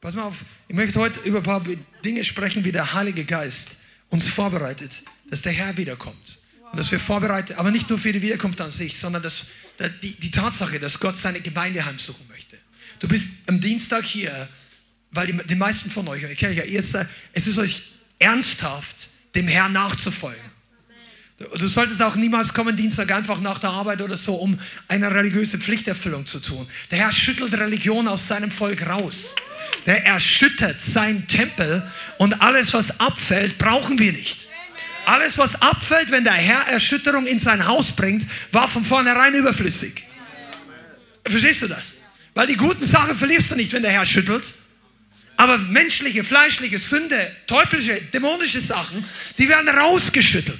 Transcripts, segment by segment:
Pass mal auf, ich möchte heute über ein paar Dinge sprechen, wie der Heilige Geist uns vorbereitet, dass der Herr wiederkommt. Und dass wir vorbereitet, aber nicht nur für die Wiederkunft an sich, sondern die Tatsache, dass Gott seine Gemeinde heimsuchen möchte. Du bist am Dienstag hier, weil die meisten von euch, ich kenne ja, es ist euch ernsthaft, dem Herrn nachzufolgen. Du solltest auch niemals kommen, Dienstag einfach nach der Arbeit oder so, um eine religiöse Pflichterfüllung zu tun. Der Herr schüttelt Religion aus seinem Volk raus. Der erschüttert seinen Tempel und alles, was abfällt, brauchen wir nicht. Alles, was abfällt, wenn der Herr Erschütterung in sein Haus bringt, war von vornherein überflüssig. Verstehst du das? Weil die guten Sachen verlierst du nicht, wenn der Herr schüttelt. Aber menschliche, fleischliche, Sünde, teuflische, dämonische Sachen, die werden rausgeschüttelt.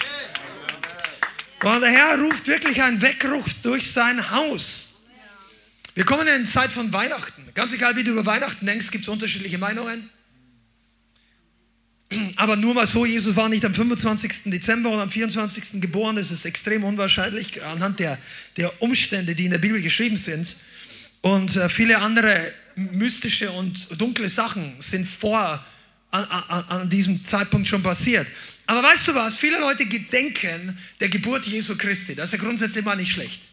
Und der Herr ruft wirklich einen Weckruf durch sein Haus. Wir kommen in eine Zeit von Weihnachten. Ganz egal, wie du über Weihnachten denkst, gibt es unterschiedliche Meinungen. Aber nur mal so, Jesus war nicht am 25. Dezember oder am 24. geboren. Das ist extrem unwahrscheinlich anhand der Umstände, die in der Bibel geschrieben sind. Und viele andere mystische und dunkle Sachen sind an diesem Zeitpunkt schon passiert. Aber weißt du was? Viele Leute gedenken der Geburt Jesu Christi. Das ist ja grundsätzlich mal nicht schlecht.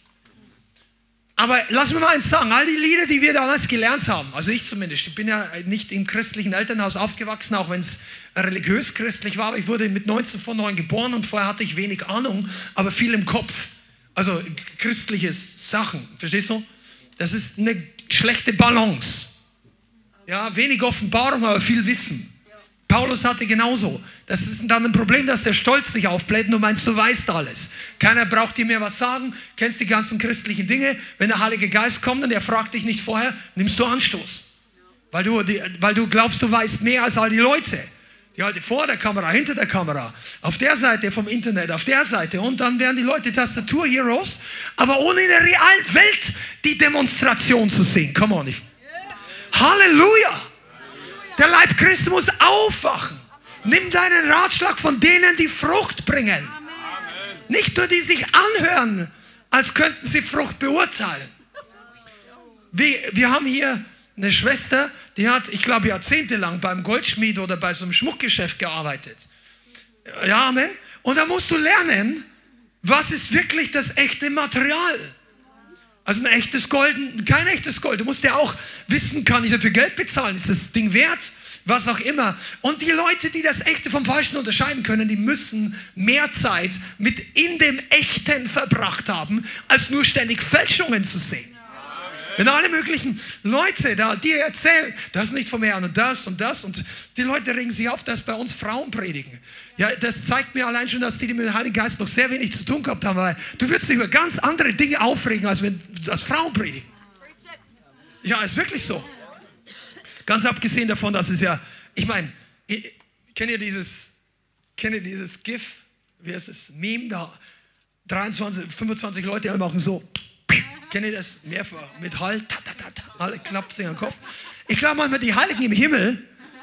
Aber lass mir mal eins sagen, all die Lieder, die wir damals gelernt haben, also ich zumindest, ich bin ja nicht im christlichen Elternhaus aufgewachsen, auch wenn es religiös christlich war, aber ich wurde mit 19 von 9 geboren und vorher hatte ich wenig Ahnung, aber viel im Kopf. Also christliche Sachen, verstehst du? Das ist eine schlechte Balance. Ja, wenig Offenbarung, aber viel Wissen. Paulus hatte genauso. Das ist dann ein Problem, dass der Stolz sich aufbläht und du meinst, du weißt alles. Keiner braucht dir mehr was sagen, kennst die ganzen christlichen Dinge. Wenn der Heilige Geist kommt und er fragt dich nicht vorher, nimmst du Anstoß. Weil du glaubst, du weißt mehr als all die Leute. Die Leute vor der Kamera, hinter der Kamera, auf der Seite vom Internet, auf der Seite. Und dann werden die Leute Tastatur-Heroes, aber ohne in der realen Welt die Demonstration zu sehen. Come on. Halleluja! Der Leib Christi muss aufwachen. Nimm deinen Ratschlag von denen, die Frucht bringen. Amen. Nicht nur die sich anhören, als könnten sie Frucht beurteilen. Wir haben hier eine Schwester, die hat, ich glaube, jahrzehntelang beim Goldschmied oder bei so einem Schmuckgeschäft gearbeitet. Ja, Amen. Und da musst du lernen, was ist wirklich das echte Material. Also ein echtes Gold, kein echtes Gold. Du musst ja auch wissen, kann ich dafür Geld bezahlen? Ist das Ding wert? Was auch immer. Und die Leute, die das Echte vom Falschen unterscheiden können, die müssen mehr Zeit mit in dem Echten verbracht haben, als nur ständig Fälschungen zu sehen. Wenn alle möglichen Leute da dir erzählen, das ist nicht vom Herrn und das und das. Und die Leute regen sich auf, dass bei uns Frauen predigen. Ja, das zeigt mir allein schon, dass die mit dem Heiligen Geist noch sehr wenig zu tun gehabt haben, weil du würdest dich über ganz andere Dinge aufregen, als wenn das Frauen predigen. Ja, ist wirklich so. Ganz abgesehen davon, dass es ja, ich meine, kennt ihr dieses GIF, wie heißt es, Meme, da 25 Leute alle machen so, kennt ihr das mehrfach, mit Hall, alle klappt sich an den Kopf. Ich glaube manchmal, die Heiligen im Himmel,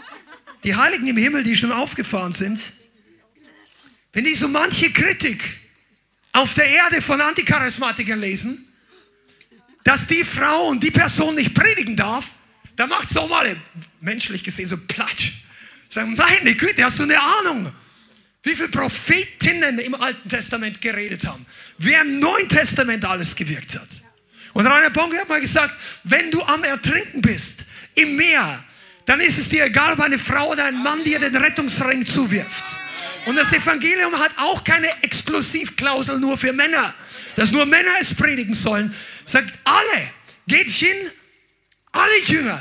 die schon aufgefahren sind, wenn die so manche Kritik auf der Erde von Anticharismatikern lesen, dass die Frau und die Person nicht predigen darf, da macht es auch mal, menschlich gesehen, so Platsch. Sagen, meine Güte, hast du eine Ahnung, wie viele Prophetinnen im Alten Testament geredet haben, wer im Neuen Testament alles gewirkt hat. Und Rainer Bonke hat mal gesagt, wenn du am Ertrinken bist, im Meer, dann ist es dir egal, ob eine Frau oder ein Mann dir den Rettungsring zuwirft. Und das Evangelium hat auch keine Exklusivklausel nur für Männer, dass nur Männer es predigen sollen. Sagt alle, geht hin, alle Jünger.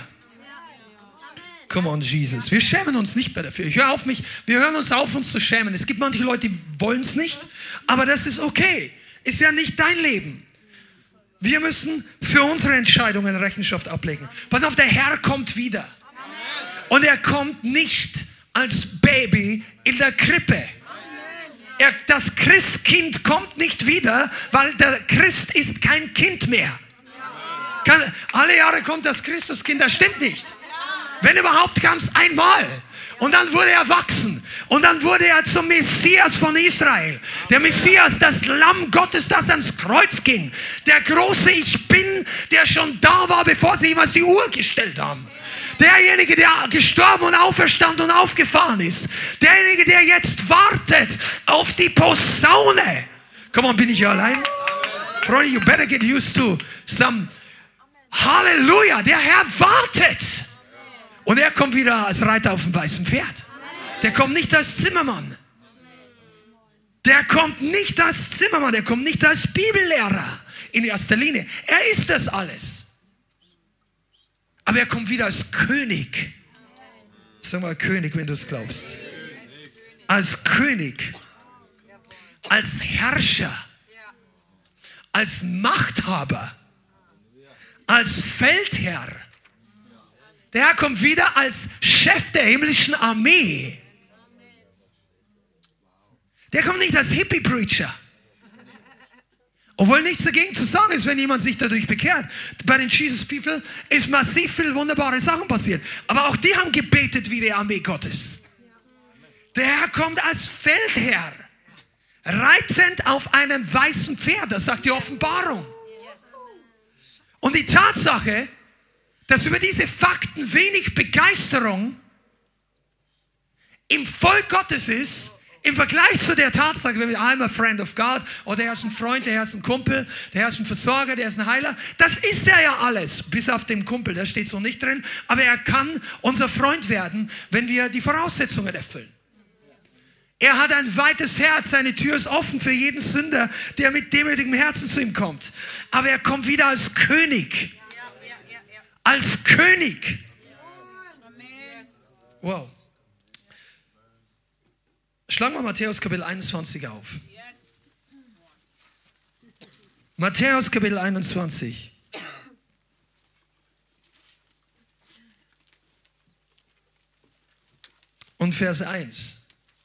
Come on, Jesus. Wir schämen uns nicht mehr dafür. Wir hören uns auf, uns zu schämen. Es gibt manche Leute, die wollen es nicht, aber das ist okay. Ist ja nicht dein Leben. Wir müssen für unsere Entscheidungen Rechenschaft ablegen. Pass auf, der Herr kommt wieder. Und er kommt nicht als Baby in der Krippe. Das Christkind kommt nicht wieder, weil der Christ ist kein Kind mehr. Alle Jahre kommt das Christuskind, das stimmt nicht. Wenn überhaupt, kam es einmal. Und dann wurde er erwachsen. Und dann wurde er zum Messias von Israel. Der Messias, das Lamm Gottes, das ans Kreuz ging. Der große Ich Bin, der schon da war, bevor sie jemals die Uhr gestellt haben. Derjenige, der gestorben und auferstanden und aufgefahren ist. Derjenige, der jetzt wartet auf die Posaune. Komm on, bin ich hier allein? Freunde, you better get used to some Halleluja. Der Herr wartet. Und er kommt wieder als Reiter auf dem weißen Pferd. Der kommt nicht als Zimmermann. Der kommt nicht als Zimmermann. Der kommt nicht als Bibellehrer in erster Linie. Er ist das alles. Aber er kommt wieder als König. Sag mal König, wenn du es glaubst. Als König. Als Herrscher. Als Machthaber. Als Feldherr. Der Herr kommt wieder als Chef der himmlischen Armee. Der kommt nicht als Hippie-Preacher. Obwohl nichts dagegen zu sagen ist, wenn jemand sich dadurch bekehrt. Bei den Jesus People ist massiv viel wunderbare Sachen passiert. Aber auch die haben gebetet wie die Armee Gottes. Der Herr kommt als Feldherr. Reitend auf einem weißen Pferd. Das sagt die Offenbarung. Und die Tatsache, dass über diese Fakten wenig Begeisterung im Volk Gottes ist, im Vergleich zu der Tatsache, wenn wir I'm a friend of God, oder der ist ein Freund, der ist ein Kumpel, der ist ein Versorger, der ist ein Heiler, das ist er ja alles, bis auf den Kumpel, der steht so nicht drin, aber er kann unser Freund werden, wenn wir die Voraussetzungen erfüllen. Er hat ein weites Herz, seine Tür ist offen für jeden Sünder, der mit demütigem Herzen zu ihm kommt. Aber er kommt wieder als König. Als König. Wow. Schlagen wir Matthäus Kapitel 21 auf. Matthäus Kapitel 21. Und Vers 1.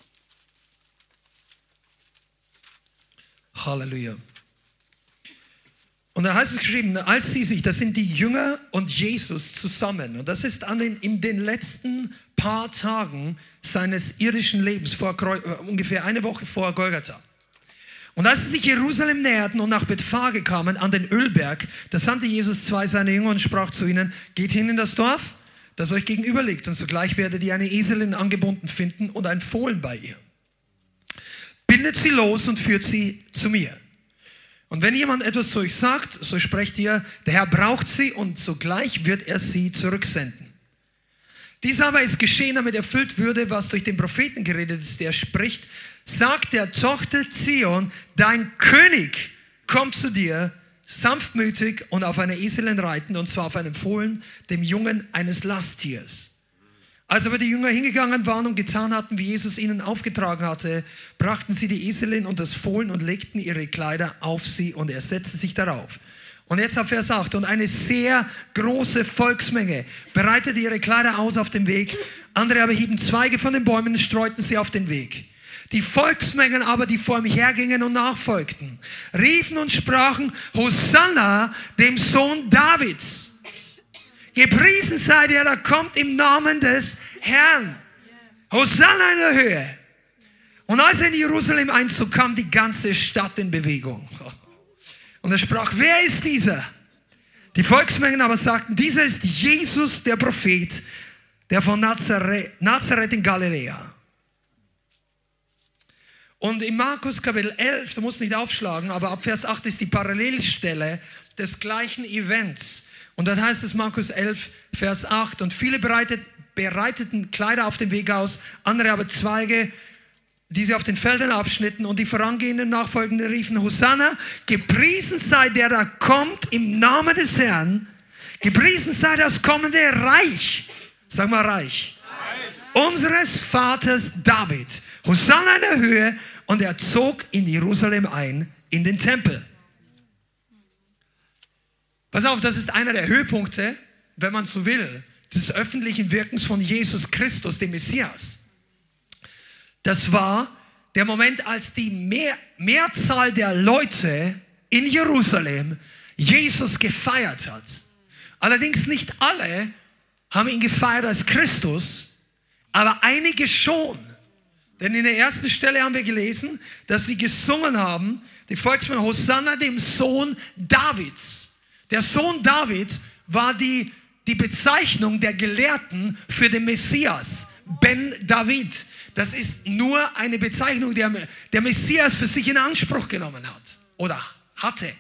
Halleluja. Und da heißt es geschrieben, als sie sich, das sind die Jünger und Jesus zusammen. Und das ist in den letzten paar Tagen seines irdischen Lebens, ungefähr eine Woche vor Golgatha. Und als sie sich Jerusalem näherten und nach Bethphage kamen, an den Ölberg, da sandte Jesus zwei seiner Jünger und sprach zu ihnen, geht hin in das Dorf, das euch gegenüber liegt. Und sogleich werdet ihr eine Eselin angebunden finden und ein Fohlen bei ihr. Bindet sie los und führt sie zu mir. Und wenn jemand etwas zu euch sagt, so sprecht ihr, der Herr braucht sie und sogleich wird er sie zurücksenden. Dies aber ist geschehen, damit erfüllt würde, was durch den Propheten geredet ist, der spricht, sagt der Tochter Zion, dein König kommt zu dir, sanftmütig und auf einer Eselin reitend, und zwar auf einem Fohlen, dem Jungen eines Lasttiers. Als aber die Jünger hingegangen waren und getan hatten, wie Jesus ihnen aufgetragen hatte, brachten sie die Eselin und das Fohlen und legten ihre Kleider auf sie und er setzte sich darauf. Und jetzt ab Vers 8. Und eine sehr große Volksmenge breitete ihre Kleider aus auf dem Weg. Andere aber hieben Zweige von den Bäumen und streuten sie auf den Weg. Die Volksmengen aber, die vor ihm hergingen und nachfolgten, riefen und sprachen, Hosanna, dem Sohn Davids. Gepriesen sei der, der kommt im Namen des Herrn. Hosanna in der Höhe. Und als er in Jerusalem einzog, kam die ganze Stadt in Bewegung. Und er sprach, wer ist dieser? Die Volksmengen aber sagten, dieser ist Jesus, der Prophet, der von Nazareth in Galiläa. Und in Markus Kapitel 11, du musst nicht aufschlagen, aber ab Vers 8 ist die Parallelstelle des gleichen Events. Und dann heißt es Markus 11, Vers 8, und viele bereiteten Kleider auf dem Weg aus, andere aber Zweige, die sie auf den Feldern abschnitten, und die vorangehenden Nachfolgenden riefen, Hosanna, gepriesen sei der, der kommt im Namen des Herrn, gepriesen sei das kommende Reich, sag mal Reich, unseres Vaters David. Hosanna in der Höhe, und er zog in Jerusalem ein, in den Tempel. Pass auf, das ist einer der Höhepunkte, wenn man so will, des öffentlichen Wirkens von Jesus Christus, dem Messias. Das war der Moment, als die Mehrzahl der Leute in Jerusalem Jesus gefeiert hat. Allerdings nicht alle haben ihn gefeiert als Christus, aber einige schon. Denn in der ersten Stelle haben wir gelesen, dass sie gesungen haben, die Volksmänner, Hosanna dem Sohn Davids. Der Sohn David war die die Bezeichnung der Gelehrten für den Messias, Ben David. Das ist nur eine Bezeichnung, die der Messias für sich in Anspruch genommen hat oder hatte.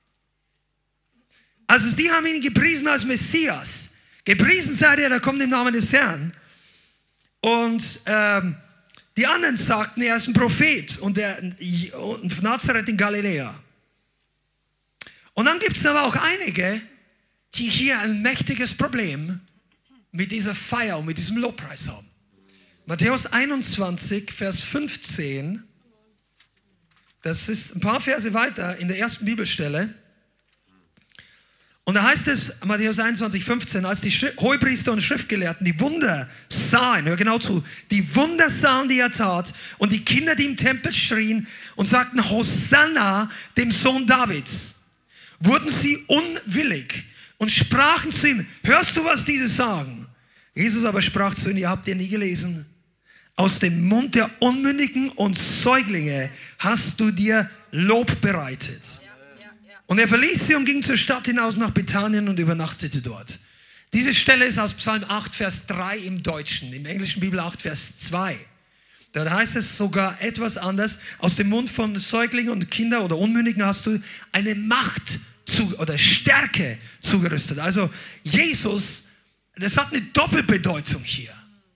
Also die haben ihn gepriesen als Messias. Gepriesen sei der, der kommt im Namen des Herrn. Und die anderen sagten, er ist ein Prophet und Nazareth in Galiläa. Und dann gibt es aber auch einige, die hier ein mächtiges Problem mit dieser Feier und mit diesem Lobpreis haben. Matthäus 21, Vers 15, das ist ein paar Verse weiter in der ersten Bibelstelle. Und da heißt es, Matthäus 21, 15, als die Hohepriester und Schriftgelehrten die Wunder sahen, hör genau zu, die Wunder sahen, die er tat, und die Kinder, die im Tempel schrien und sagten, Hosanna, dem Sohn Davids, wurden sie unwillig und sprachen zu ihm, hörst du, was diese sagen? Jesus aber sprach zu ihnen, ihr habt ja nie gelesen, aus dem Mund der Unmündigen und Säuglinge hast du dir Lob bereitet. Und er verließ sie und ging zur Stadt hinaus nach Bethanien und übernachtete dort. Diese Stelle ist aus Psalm 8, Vers 3 im Deutschen, im englischen Bibel 8, Vers 2. Da heißt es sogar etwas anders. Aus dem Mund von Säuglingen und Kindern oder Unmündigen hast du eine Macht oder Stärke zugerüstet. Also Jesus, das hat eine Doppelbedeutung hier.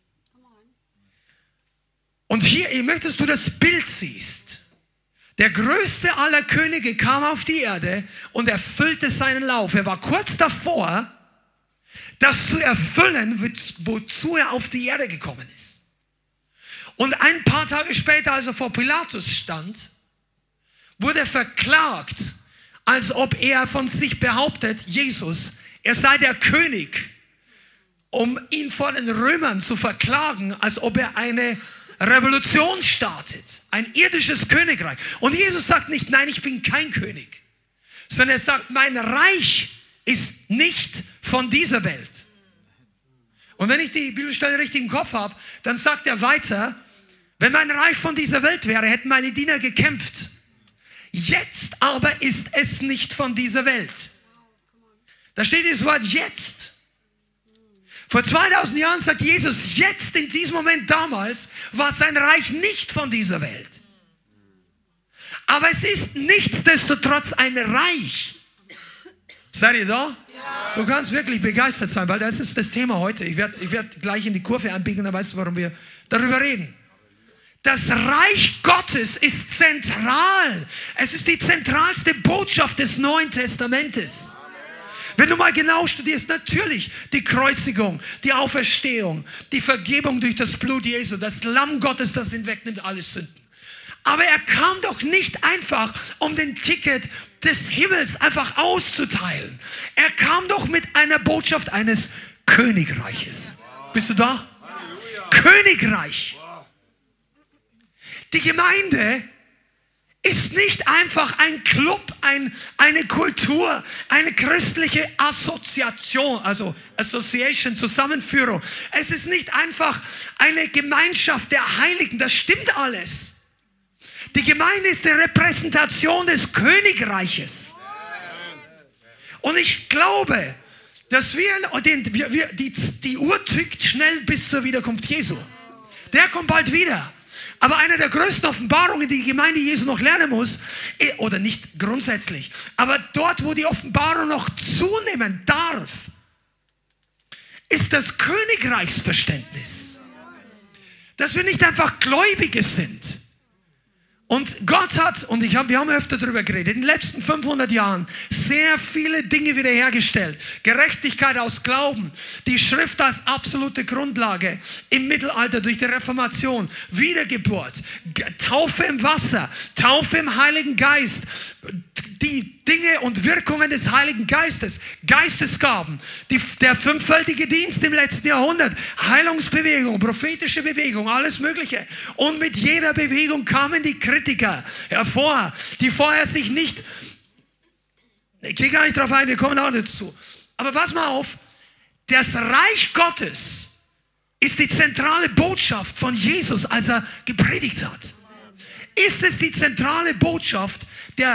Und hier, ich möchte, dass du das Bild siehst. Der größte aller Könige kam auf die Erde und erfüllte seinen Lauf. Er war kurz davor, das zu erfüllen, wozu er auf die Erde gekommen ist. Und ein paar Tage später, als er vor Pilatus stand, wurde er verklagt, als ob er von sich behauptet, Jesus, er sei der König, um ihn vor den Römern zu verklagen, als ob er eine Revolution startet, ein irdisches Königreich. Und Jesus sagt nicht, nein, ich bin kein König, sondern er sagt, mein Reich ist nicht von dieser Welt. Und wenn ich die Bibelstelle richtig im Kopf habe, dann sagt er weiter, wenn mein Reich von dieser Welt wäre, hätten meine Diener gekämpft. Jetzt aber ist es nicht von dieser Welt. Da steht das Wort jetzt. Vor 2000 Jahren sagt Jesus, jetzt in diesem Moment damals war sein Reich nicht von dieser Welt. Aber es ist nichtsdestotrotz ein Reich. Seid ihr da? Ja. Du kannst wirklich begeistert sein, weil das ist das Thema heute. Ich werd gleich in die Kurve einbiegen, dann weißt du, warum wir darüber reden. Das Reich Gottes ist zentral. Es ist die zentralste Botschaft des Neuen Testamentes. Wenn du mal genau studierst, natürlich die Kreuzigung, die Auferstehung, die Vergebung durch das Blut Jesu, das Lamm Gottes, das hinwegnimmt alle Sünden. Aber er kam doch nicht einfach, um den Ticket des Himmels einfach auszuteilen. Er kam doch mit einer Botschaft eines Königreiches. Bist du da? Halleluja. Königreich. Die Gemeinde ist nicht einfach ein Club, eine Kultur, eine christliche Assoziation, also Association, Zusammenführung. Es ist nicht einfach eine Gemeinschaft der Heiligen, das stimmt alles. Die Gemeinde ist die Repräsentation des Königreiches. Und ich glaube, dass die Uhr tickt schnell bis zur Wiederkunft Jesu. Der kommt bald wieder. Aber eine der größten Offenbarungen, die die Gemeinde Jesu noch lernen muss, oder nicht grundsätzlich, aber dort, wo die Offenbarung noch zunehmen darf, ist das Königreichsverständnis. Dass wir nicht einfach Gläubige sind. Und Gott hat, und wir haben öfter darüber geredet, in den letzten 500 Jahren sehr viele Dinge wiederhergestellt. Gerechtigkeit aus Glauben, die Schrift als absolute Grundlage im Mittelalter durch die Reformation, Wiedergeburt, Taufe im Wasser, Taufe im Heiligen Geist, die Dinge und Wirkungen des Heiligen Geistes, Geistesgaben, der fünffältige Dienst im letzten Jahrhundert, Heilungsbewegung, prophetische Bewegung, alles Mögliche. Und mit jeder Bewegung kamen die Kritiker hervor, die vorher sich nicht, ich gehe gar nicht drauf ein, wir kommen auch dazu. Aber pass mal auf, das Reich Gottes ist die zentrale Botschaft von Jesus, als er gepredigt hat. Ist es die zentrale Botschaft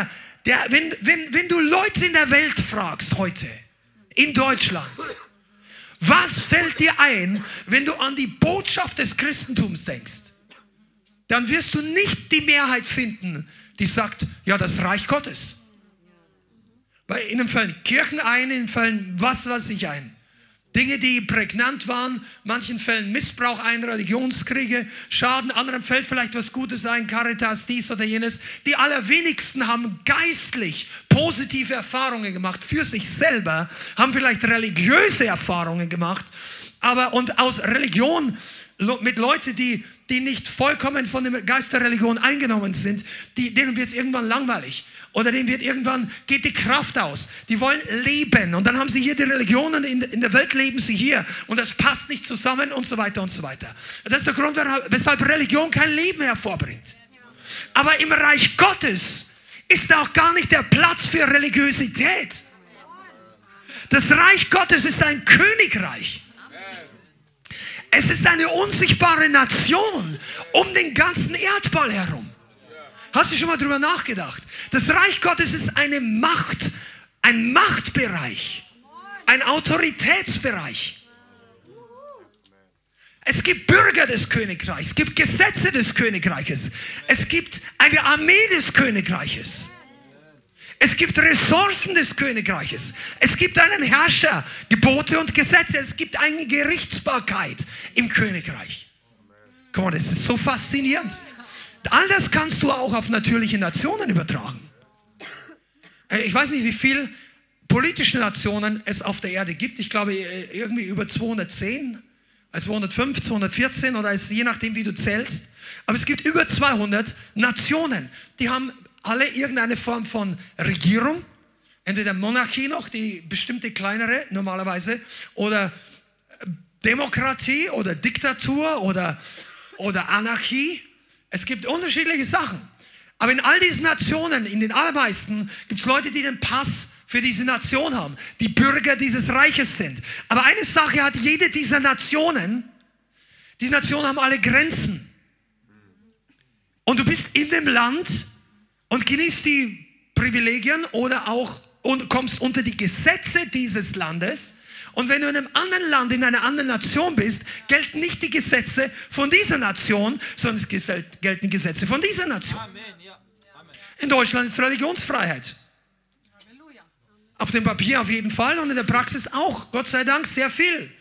wenn du Leute in der Welt fragst heute, in Deutschland, Was fällt dir ein, wenn du an die Botschaft des Christentums denkst? Dann wirst du nicht die Mehrheit finden, die sagt, ja, das Reich Gottes. Weil in den Fällen Kirchen ein, in den Fällen was weiß ich ein. Dinge, die prägnant waren, in manchen Fällen Missbrauch ein, Religionskriege, Schaden, anderen fällt vielleicht was Gutes ein, Caritas, dies oder jenes. Die allerwenigsten haben geistlich positive Erfahrungen gemacht für sich selber, haben vielleicht religiöse Erfahrungen gemacht, aber und aus Religion mit Leuten, die nicht vollkommen von dem Geist der Religion eingenommen sind, denen wird es irgendwann langweilig. Oder denen geht die Kraft aus. Die wollen leben. Und dann haben sie hier die Religionen, in der Welt leben sie hier. Und das passt nicht zusammen und so weiter und so weiter. Das ist der Grund, weshalb Religion kein Leben hervorbringt. Aber im Reich Gottes ist auch gar nicht der Platz für Religiosität. Das Reich Gottes ist ein Königreich. Es ist eine unsichtbare Nation um den ganzen Erdball herum. Hast du schon mal drüber nachgedacht? Das Reich Gottes ist eine Macht, ein Machtbereich, ein Autoritätsbereich. Es gibt Bürger des Königreichs, es gibt Gesetze des Königreiches, es gibt eine Armee des Königreiches, es gibt Ressourcen des Königreiches, es gibt einen Herrscher, Gebote und Gesetze, es gibt eine Gerichtsbarkeit im Königreich. Guck mal, das ist so faszinierend. All das kannst du auch auf natürliche Nationen übertragen. Ich weiß nicht, wie viele politische Nationen es auf der Erde gibt. Ich glaube, irgendwie über 210, 205, 214 oder je nachdem, wie du zählst. Aber es gibt über 200 Nationen. Die haben alle irgendeine Form von Regierung. Entweder Monarchie noch, die bestimmte kleinere normalerweise, oder Demokratie oder Diktatur oder Anarchie. Es gibt unterschiedliche Sachen. Aber in all diesen Nationen, in den allermeisten, gibt es Leute, die den Pass für diese Nation haben, die Bürger dieses Reiches sind. Aber eine Sache hat jede dieser Nationen. Die Nationen haben alle Grenzen. Und du bist in dem Land und genießt die Privilegien oder auch und kommst unter die Gesetze dieses Landes. Und wenn du in einem anderen Land, in einer anderen Nation bist, gelten nicht die Gesetze von dieser Nation, sondern es gelten die Gesetze von dieser Nation. In Deutschland ist Religionsfreiheit. Auf dem Papier auf jeden Fall und in der Praxis auch, Gott sei Dank, sehr viel.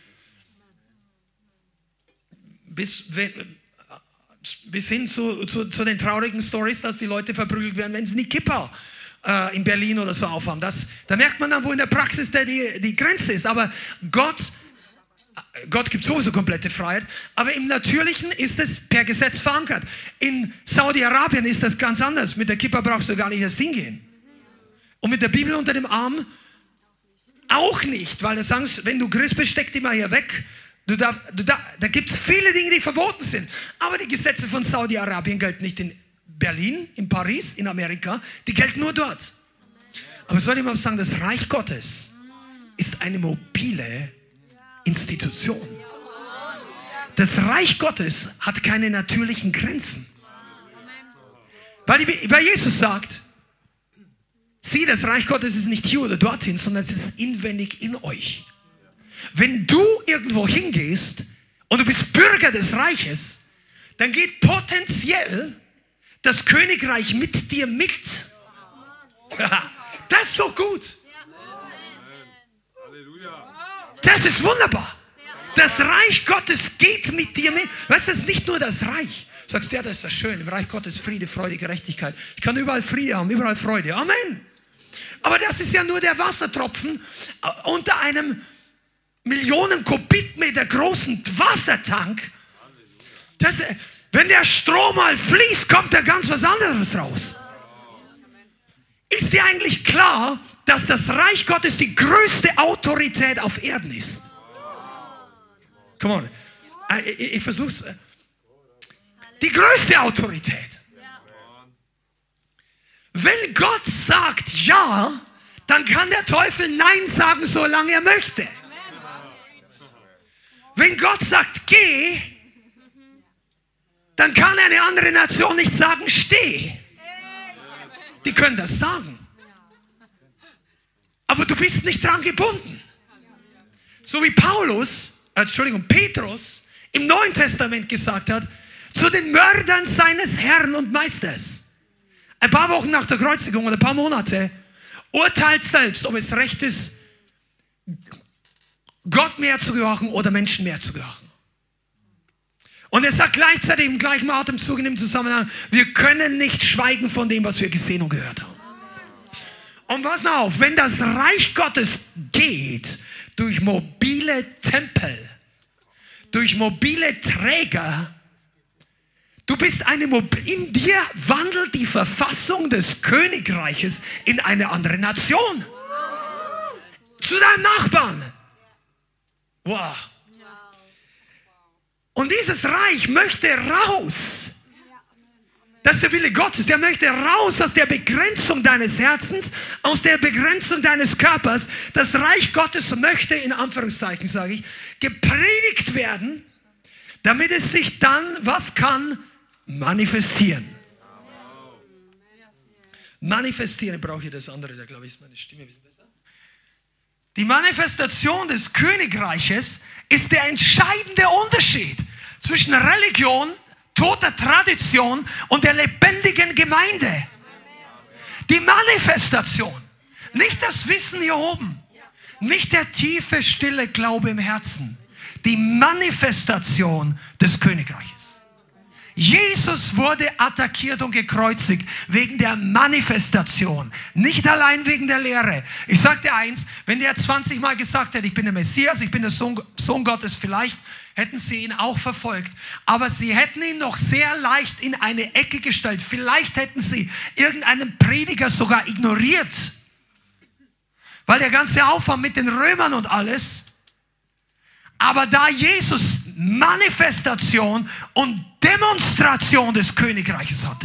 Bis hin zu den traurigen Stories, dass die Leute verprügelt werden, wenn sie eine Kippa in Berlin oder so aufhaben. Da merkt man dann, wo in der Praxis die Grenze ist. Aber Gott gibt sowieso komplette Freiheit. Aber im Natürlichen ist es per Gesetz verankert. In Saudi-Arabien ist das ganz anders. Mit der Kippa brauchst du gar nicht erst hingehen. Und mit der Bibel unter dem Arm auch nicht. Weil du sagst, wenn du Christ bist, steck die mal hier weg. Da gibt es viele Dinge, die verboten sind. Aber die Gesetze von Saudi-Arabien gelten nicht in Berlin, in Paris, in Amerika, die gelten nur dort. Aber soll ich mal sagen, das Reich Gottes ist eine mobile Institution. Das Reich Gottes hat keine natürlichen Grenzen. Weil Jesus sagt, sieh, das Reich Gottes ist nicht hier oder dorthin, sondern es ist inwendig in euch. Wenn du irgendwo hingehst und du bist Bürger des Reiches, dann geht potenziell das Königreich mit dir mit. Das ist so gut. Das ist wunderbar. Das Reich Gottes geht mit dir mit. Weißt du, das ist nicht nur das Reich. Du sagst, ja, das ist das schön. Im Reich Gottes Friede, Freude, Gerechtigkeit. Ich kann überall Friede haben, überall Freude. Amen. Aber das ist ja nur der Wassertropfen unter einem Millionen Kubikmeter großen Wassertank. Wenn der Strom mal fließt, kommt da ganz was anderes raus. Ist dir eigentlich klar, dass das Reich Gottes die größte Autorität auf Erden ist? Come on. Ich versuch's. Die größte Autorität. Wenn Gott sagt ja, dann kann der Teufel nein sagen, solange er möchte. Wenn Gott sagt geh, dann kann eine andere Nation nicht sagen, steh. Die können das sagen. Aber du bist nicht dran gebunden. So wie Petrus im Neuen Testament gesagt hat, zu den Mördern seines Herrn und Meisters. Ein paar Wochen nach der Kreuzigung oder ein paar Monate, urteilt selbst, ob es recht ist, Gott mehr zu gehorchen oder Menschen mehr zu gehorchen. Und er sagt gleichzeitig im gleichen Atemzug in dem Zusammenhang, wir können nicht schweigen von dem, was wir gesehen und gehört haben. Und pass mal auf, wenn das Reich Gottes geht durch mobile Tempel, durch mobile Träger, in dir wandelt die Verfassung des Königreiches in eine andere Nation. Zu deinem Nachbarn. Wow. Und dieses Reich möchte raus. Das ist der Wille Gottes. Der möchte raus aus der Begrenzung deines Herzens, aus der Begrenzung deines Körpers. Das Reich Gottes möchte, in Anführungszeichen sage ich, gepredigt werden, damit es sich dann, was kann? Manifestieren. Manifestieren, ich brauche hier das andere, da glaube ich ist meine Stimme ein bisschen besser. Die Manifestation des Königreiches ist der entscheidende Unterschied zwischen Religion, toter Tradition und der lebendigen Gemeinde. Die Manifestation, nicht das Wissen hier oben, nicht der tiefe, stille Glaube im Herzen, die Manifestation des Königreiches. Jesus wurde attackiert und gekreuzigt wegen der Manifestation, nicht allein wegen der Lehre. Ich sage dir eins, wenn der 20 Mal gesagt hätte, ich bin der Messias, ich bin der Sohn Gottes, vielleicht hätten sie ihn auch verfolgt. Aber sie hätten ihn noch sehr leicht in eine Ecke gestellt. Vielleicht hätten sie irgendeinen Prediger sogar ignoriert. Weil der ganze Aufwand mit den Römern und alles. Aber da Jesus Manifestation und Demonstration des Königreiches hatte,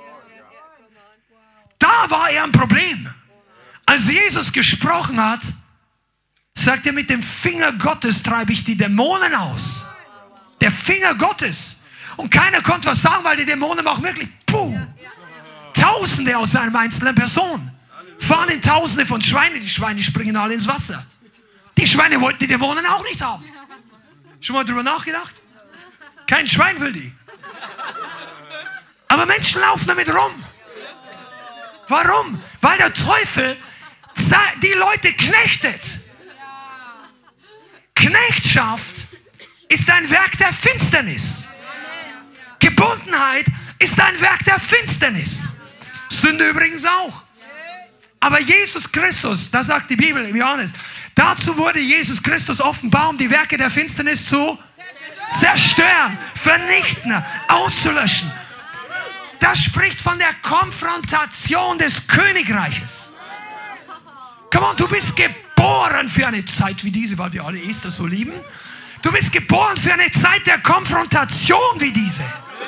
da war er ein Problem. Als Jesus gesprochen hat, sagt er, mit dem Finger Gottes treibe ich die Dämonen aus. Der Finger Gottes. Und keiner konnte was sagen, weil die Dämonen machen wirklich Tausende aus einer einzelnen Person. Fahren in Tausende von Schweinen. Die Schweine springen alle ins Wasser. Die Schweine wollten die Dämonen auch nicht haben. Schon mal drüber nachgedacht? Kein Schwein will die. Aber Menschen laufen damit rum. Warum? Weil der Teufel die Leute knechtet. Knechtschaft ist ein Werk der Finsternis. Gebundenheit ist ein Werk der Finsternis. Sünde übrigens auch. Aber Jesus Christus, das sagt die Bibel im Johannes, dazu wurde Jesus Christus offenbar, um die Werke der Finsternis zu zerstören, vernichten, auszulöschen. Das spricht von der Konfrontation des Königreiches. Come on, du bist geboren für eine Zeit wie diese, weil wir alle Esther so lieben. Du bist geboren für eine Zeit der Konfrontation wie diese.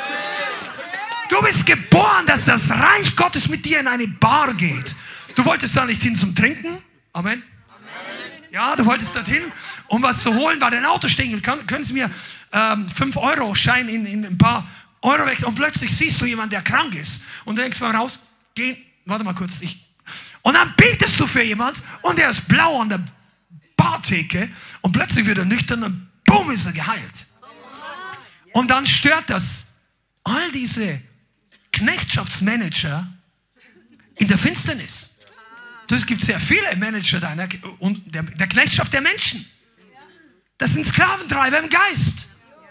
Du bist geboren, dass das Reich Gottes mit dir in eine Bar geht. Du wolltest da nicht hin zum Trinken. Amen. Ja, du wolltest dorthin, um was zu holen, weil dein Auto stehen. Können Sie mir 5-Euro-Schein in ein paar Euro wechseln? Und plötzlich siehst du jemanden, der krank ist. Und du denkst mal rausgehen, warte mal kurz. Und dann betest du für jemand und der ist blau an der Bartheke und plötzlich wird er nüchtern und bumm, ist er geheilt. Und dann stört das all diese Knechtschaftsmanager in der Finsternis. Es gibt sehr viele Manager der Knechtschaft der Menschen. Das sind Sklaventreiber im Geist.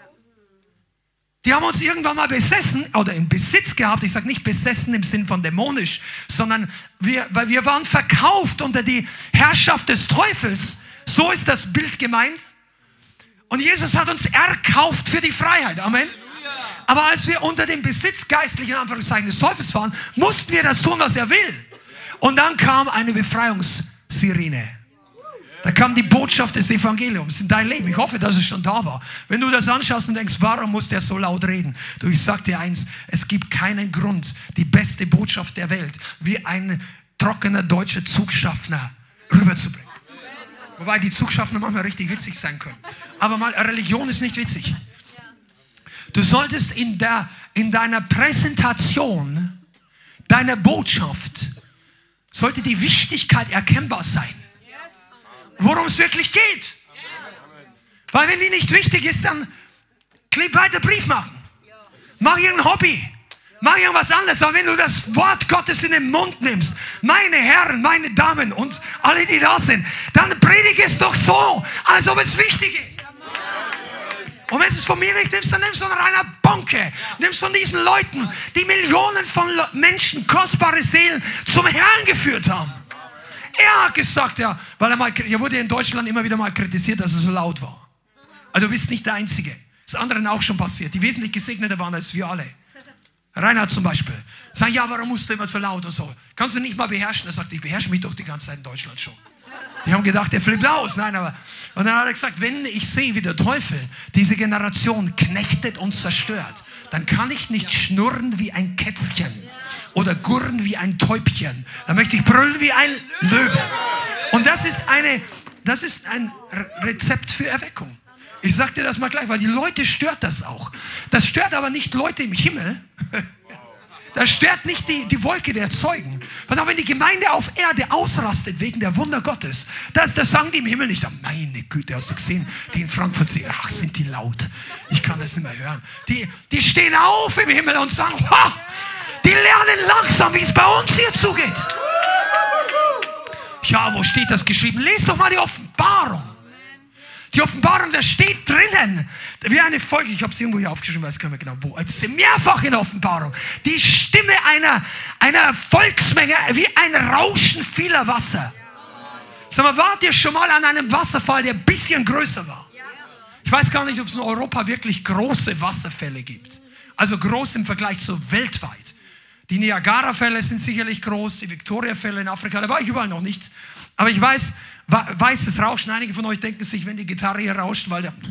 Die haben uns irgendwann mal besessen oder im Besitz gehabt. Ich sage nicht besessen im Sinn von dämonisch, sondern weil wir waren verkauft unter die Herrschaft des Teufels. So ist das Bild gemeint. Und Jesus hat uns erkauft für die Freiheit. Amen. Aber als wir unter dem Besitz geistlichen Anführungszeichen des Teufels waren, mussten wir das tun, was er will. Und dann kam eine Befreiungssirene. Da kam die Botschaft des Evangeliums in dein Leben. Ich hoffe, dass es schon da war. Wenn du das anschaust und denkst, warum muss der so laut reden? Du, ich sag dir eins, es gibt keinen Grund, die beste Botschaft der Welt wie ein trockener deutscher Zugschaffner rüberzubringen. Wobei die Zugschaffner manchmal richtig witzig sein können. Aber mal, Religion ist nicht witzig. Du solltest in deiner Präsentation deiner Botschaft sollte die Wichtigkeit erkennbar sein. Worum es wirklich geht. Weil wenn die nicht wichtig ist, dann kleb weiter Brief machen. Mach irgendein Hobby. Mach irgendwas anderes. Aber wenn du das Wort Gottes in den Mund nimmst, meine Herren, meine Damen und alle, die da sind, dann predige es doch so, als ob es wichtig ist. Und wenn du es von mir nicht nimmst, dann nimmst du von Rainer Bonke. Nimmst von diesen Leuten, die Millionen von Menschen, kostbare Seelen zum Herrn geführt haben. Er hat gesagt, ja, weil er wurde in Deutschland immer wieder mal kritisiert, dass er so laut war. Also du bist nicht der Einzige. Das ist anderen auch schon passiert, die wesentlich gesegneter waren als wir alle. Reinhard zum Beispiel. Sagt, ja, warum musst du immer so laut und so? Kannst du nicht mal beherrschen? Er sagt, ich beherrsche mich doch die ganze Zeit in Deutschland schon. Die haben gedacht, der flippt aus. Nein, aber... Und dann hat er gesagt, wenn ich sehe, wie der Teufel diese Generation knechtet und zerstört, dann kann ich nicht schnurren wie ein Kätzchen oder gurren wie ein Täubchen. Dann möchte ich brüllen wie ein Löwe. Und das ist ein Rezept für Erweckung. Ich sage dir das mal gleich, weil die Leute stört das auch. Das stört aber nicht Leute im Himmel. Das stört nicht die Wolke der Zeugen. Weil auch wenn die Gemeinde auf Erde ausrastet wegen der Wunder Gottes, das sagen die im Himmel nicht. Oh, meine Güte, hast du gesehen, die in Frankfurt sind, ach, sind die laut. Ich kann das nicht mehr hören. Die stehen auf im Himmel und sagen, ha, die lernen langsam, wie es bei uns hier zugeht. Ja, wo steht das geschrieben? Lest doch mal die Offenbarung. Die Offenbarung, da steht drinnen, wie eine Folge, ich habe es irgendwo hier aufgeschrieben, weiß gar nicht mehr genau wo, es ist mehrfach in der Offenbarung, die Stimme einer Volksmenge, wie ein Rauschen vieler Wasser. Sag mal, wart ihr schon mal an einem Wasserfall, der ein bisschen größer war? Ich weiß gar nicht, ob es in Europa wirklich große Wasserfälle gibt. Also groß im Vergleich zu weltweit. Die Niagara-Fälle sind sicherlich groß, die Victoria-Fälle in Afrika, da war ich überall noch nicht. Aber ich weiß, weißes Rauschen, einige von euch denken sich, wenn die Gitarre hier rauscht, weil der...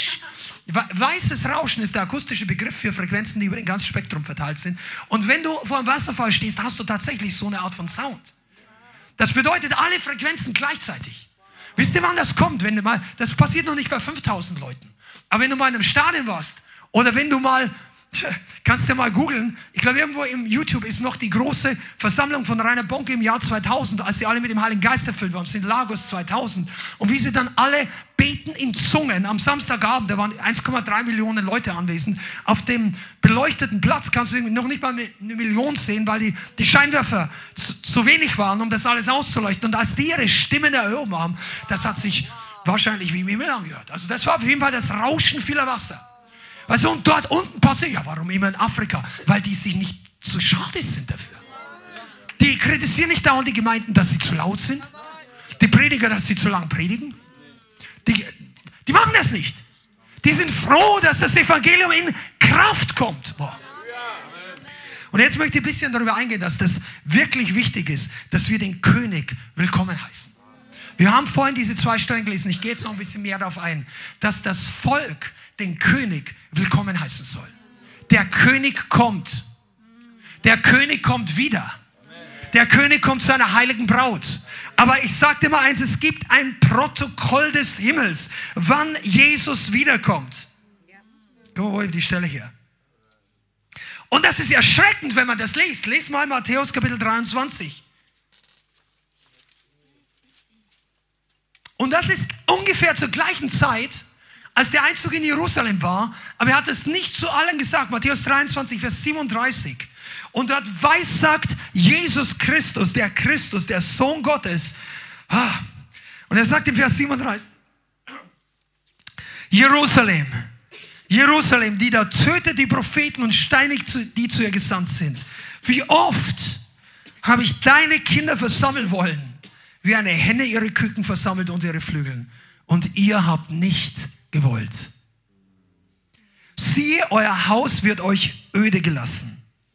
Weißes Rauschen ist der akustische Begriff für Frequenzen, die über den ganzen Spektrum verteilt sind. Und wenn du vor einem Wasserfall stehst, hast du tatsächlich so eine Art von Sound. Das bedeutet alle Frequenzen gleichzeitig. Wisst ihr, wann das kommt? Das passiert noch nicht bei 5000 Leuten. Aber wenn du mal in einem Stadion warst oder wenn du mal... Kannst du mal googeln. Ich glaube, irgendwo im YouTube ist noch die große Versammlung von Rainer Bonke im Jahr 2000, als sie alle mit dem Heiligen Geist erfüllt waren. Das sind Lagos 2000. Und wie sie dann alle beten in Zungen am Samstagabend, da waren 1,3 Millionen Leute anwesend, auf dem beleuchteten Platz kannst du noch nicht mal eine Million sehen, weil die Scheinwerfer zu wenig waren, um das alles auszuleuchten. Und als die ihre Stimmen erhoben haben, das hat sich wahrscheinlich wie im Himmel angehört. Also das war auf jeden Fall das Rauschen vieler Wasser. Also und dort unten passiert, ja, warum immer in Afrika? Weil die sich nicht zu schade sind dafür. Die kritisieren nicht dauernd die Gemeinden, dass sie zu laut sind. Die Prediger, dass sie zu lang predigen. Die machen das nicht. Die sind froh, dass das Evangelium in Kraft kommt. Boah. Und jetzt möchte ich ein bisschen darüber eingehen, dass das wirklich wichtig ist, dass wir den König willkommen heißen. Wir haben vorhin diese 2 Stellen gelesen, ich gehe jetzt noch ein bisschen mehr darauf ein, dass das Volk den König willkommen heißen soll. Der König kommt. Der König kommt wieder. Der König kommt zu einer heiligen Braut. Aber ich sage dir mal eins, es gibt ein Protokoll des Himmels, wann Jesus wiederkommt. Guck mal, wo ist die Stelle hier? Und das ist erschreckend, wenn man das liest. Lies mal Matthäus Kapitel 23. Und das ist ungefähr zur gleichen Zeit, als der Einzug in Jerusalem war, aber er hat es nicht zu allen gesagt. Matthäus 23, Vers 37. Und dort weissagt Jesus Christus, der Sohn Gottes. Und er sagt im Vers 37, Jerusalem, Jerusalem, die da tötet die Propheten und steinigt die zu ihr gesandt sind. Wie oft habe ich deine Kinder versammeln wollen, wie eine Henne ihre Küken versammelt unter ihre Flügeln. Und ihr habt nicht gewollt. Siehe, euer Haus wird euch öde gelassen.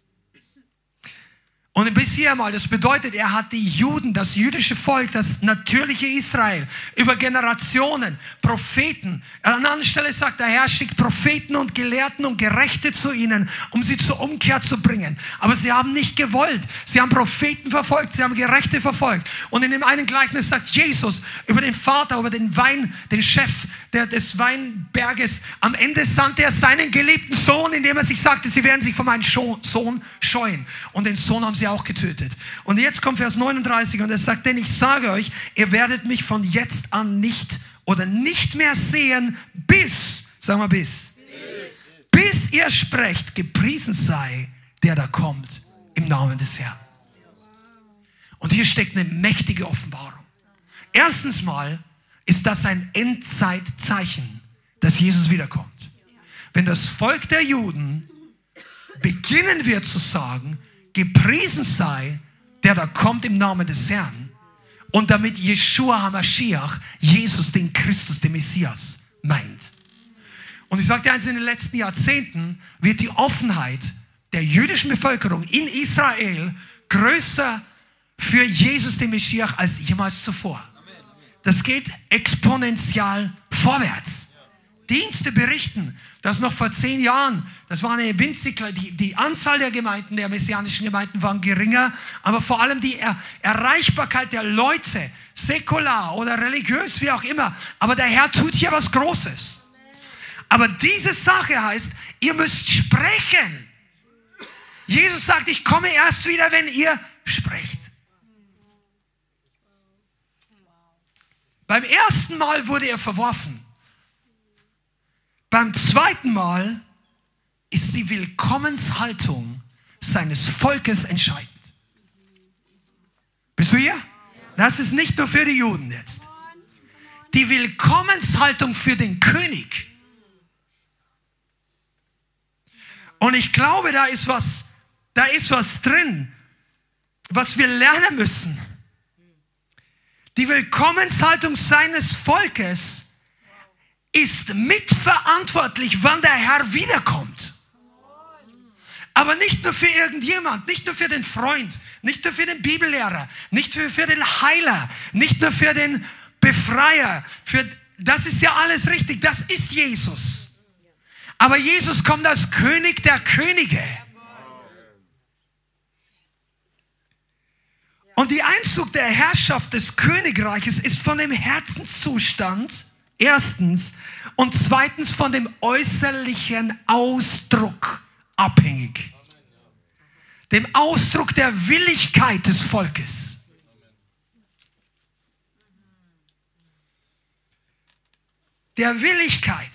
Und bis hier mal, das bedeutet, er hat die Juden, das jüdische Volk, das natürliche Israel, über Generationen, Propheten. An einer anderen Stelle sagt der Herr, schickt Propheten und Gelehrten und Gerechte zu ihnen, um sie zur Umkehr zu bringen. Aber sie haben nicht gewollt. Sie haben Propheten verfolgt, sie haben Gerechte verfolgt. Und in dem einen Gleichnis sagt Jesus über den Vater, über den Chef des Weinberges. Am Ende sandte er seinen geliebten Sohn, indem er sich sagte, sie werden sich von meinem Sohn scheuen. Und den Sohn haben sie auch getötet. Und jetzt kommt Vers 39 und er sagt, denn ich sage euch, ihr werdet mich von jetzt an nicht oder nicht mehr sehen, bis, sagen wir bis ihr sprecht, gepriesen sei, der da kommt im Namen des Herrn. Und hier steckt eine mächtige Offenbarung. Erstens mal ist das ein Endzeitzeichen, dass Jesus wiederkommt. Wenn das Volk der Juden beginnen wird zu sagen, gepriesen sei, der da kommt im Namen des Herrn, und damit Jeshua HaMashiach, Jesus, den Christus, den Messias, meint. Und ich sagte eins, in den letzten Jahrzehnten wird die Offenheit der jüdischen Bevölkerung in Israel größer für Jesus, den Messias, als jemals zuvor. Das geht exponentiell vorwärts. Dienste berichten, dass noch vor 10 Jahren, das war eine winzige, die Anzahl der Gemeinden, der messianischen Gemeinden waren geringer, aber vor allem die Erreichbarkeit der Leute, säkular oder religiös, wie auch immer. Aber der Herr tut hier was Großes. Aber diese Sache heißt, ihr müsst sprechen. Jesus sagt, ich komme erst wieder, wenn ihr sprecht. Beim ersten Mal wurde er verworfen. Beim zweiten Mal ist die Willkommenshaltung seines Volkes entscheidend. Bist du hier? Das ist nicht nur für die Juden jetzt. Die Willkommenshaltung für den König. Und ich glaube, da ist was drin, was wir lernen müssen. Die Willkommenshaltung seines Volkes ist mitverantwortlich, wann der Herr wiederkommt. Aber nicht nur für irgendjemand, nicht nur für den Freund, nicht nur für den Bibellehrer, nicht nur für den Heiler, nicht nur für den Befreier. Das ist ja alles richtig, das ist Jesus. Aber Jesus kommt als König der Könige. Und die Einzug der Herrschaft des Königreiches ist von dem Herzenszustand, erstens, und zweitens von dem äußerlichen Ausdruck abhängig. Dem Ausdruck der Willigkeit des Volkes. Der Willigkeit.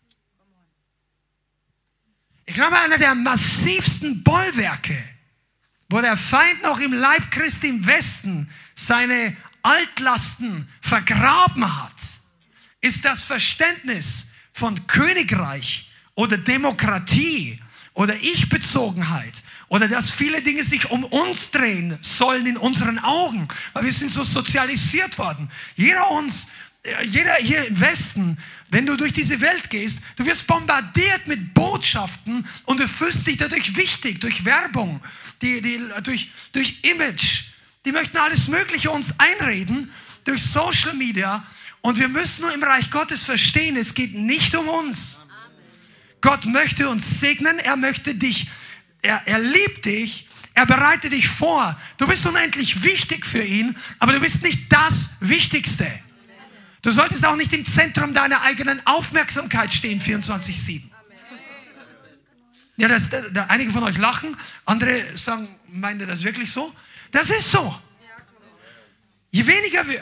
Ich glaube, einer der massivsten Bollwerke, wo der Feind noch im Leib Christi im Westen seine Altlasten vergraben hat, ist das Verständnis von Königreich oder Demokratie oder Ich-Bezogenheit oder dass viele Dinge sich um uns drehen sollen in unseren Augen, weil wir sind so sozialisiert worden. Jeder hier im Westen, wenn du durch diese Welt gehst, du wirst bombardiert mit Botschaften und du fühlst dich dadurch wichtig, durch Werbung, durch Image. Die möchten alles Mögliche uns einreden, durch Social Media. Und wir müssen nur im Reich Gottes verstehen, es geht nicht um uns. Gott möchte uns segnen, er möchte dich, er liebt dich, er bereitet dich vor. Du bist unendlich wichtig für ihn, aber du bist nicht das Wichtigste. Du solltest auch nicht im Zentrum deiner eigenen Aufmerksamkeit stehen, 24/7. Ja, einige von euch lachen, andere sagen, meint ihr das wirklich so? Das ist so. Je weniger wir...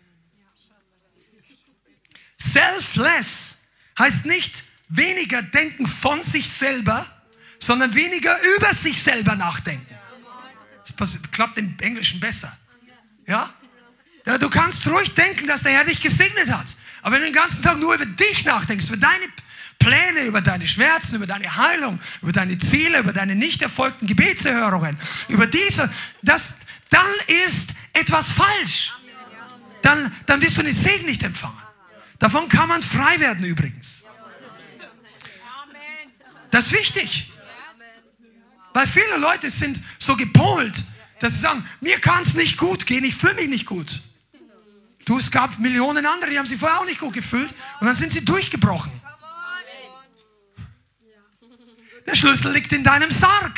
Selfless heißt nicht weniger denken von sich selber, sondern weniger über sich selber nachdenken. Das klappt im Englischen besser. Ja? Du kannst ruhig denken, dass der Herr dich gesegnet hat. Aber wenn du den ganzen Tag nur über dich nachdenkst, über deine Pläne, über deine Schmerzen, über deine Heilung, über deine Ziele, über deine nicht erfolgten Gebetserhörungen, über diese, dann ist etwas falsch. Dann wirst du den Segen nicht empfangen. Davon kann man frei werden übrigens. Das ist wichtig. Weil viele Leute sind so gepolt, dass sie sagen, mir kann es nicht gut gehen, ich fühle mich nicht gut. Es gab Millionen andere, die haben sich vorher auch nicht gut gefühlt und dann sind sie durchgebrochen. Der Schlüssel liegt in deinem Sarg.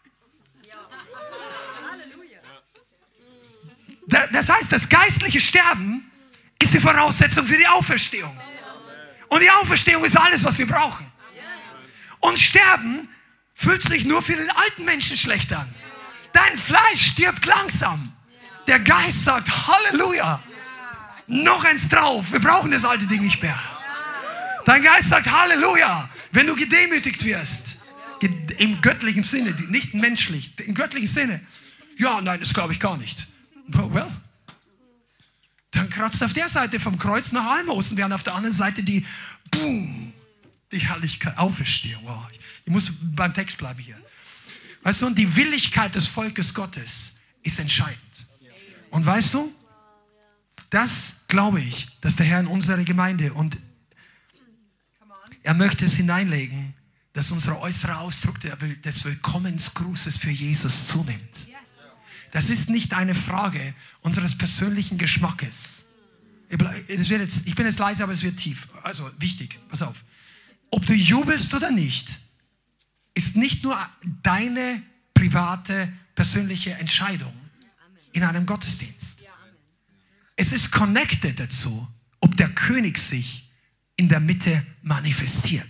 Das heißt, das geistliche Sterben ist die Voraussetzung für die Auferstehung. Und die Auferstehung ist alles, was wir brauchen. Und Sterben fühlt sich nur für den alten Menschen schlecht an. Dein Fleisch stirbt langsam. Der Geist sagt Halleluja. Noch eins drauf. Wir brauchen das alte Ding nicht mehr. Dein Geist sagt Halleluja, wenn du gedemütigt wirst. Im göttlichen Sinne, nicht menschlich, im göttlichen Sinne. Ja, nein, das glaube ich gar nicht. Well, dann kratzt auf der Seite vom Kreuz nach Almosen, während auf der anderen Seite die Herrlichkeit, Auferstehung. Wow. Ich muss beim Text bleiben hier. Weißt du, und die Willigkeit des Volkes Gottes ist entscheidend. Und weißt du, das glaube ich, dass der Herr in unsere Gemeinde und er möchte es hineinlegen, dass unser äußerer Ausdruck des Willkommensgrußes für Jesus zunimmt. Das ist nicht eine Frage unseres persönlichen Geschmackes. Ich bin jetzt leise, aber es wird tief. Also wichtig, pass auf. Ob du jubelst oder nicht, ist nicht nur deine private, persönliche Entscheidung in einem Gottesdienst. Es ist connected dazu, ob der König sich in der Mitte manifestiert.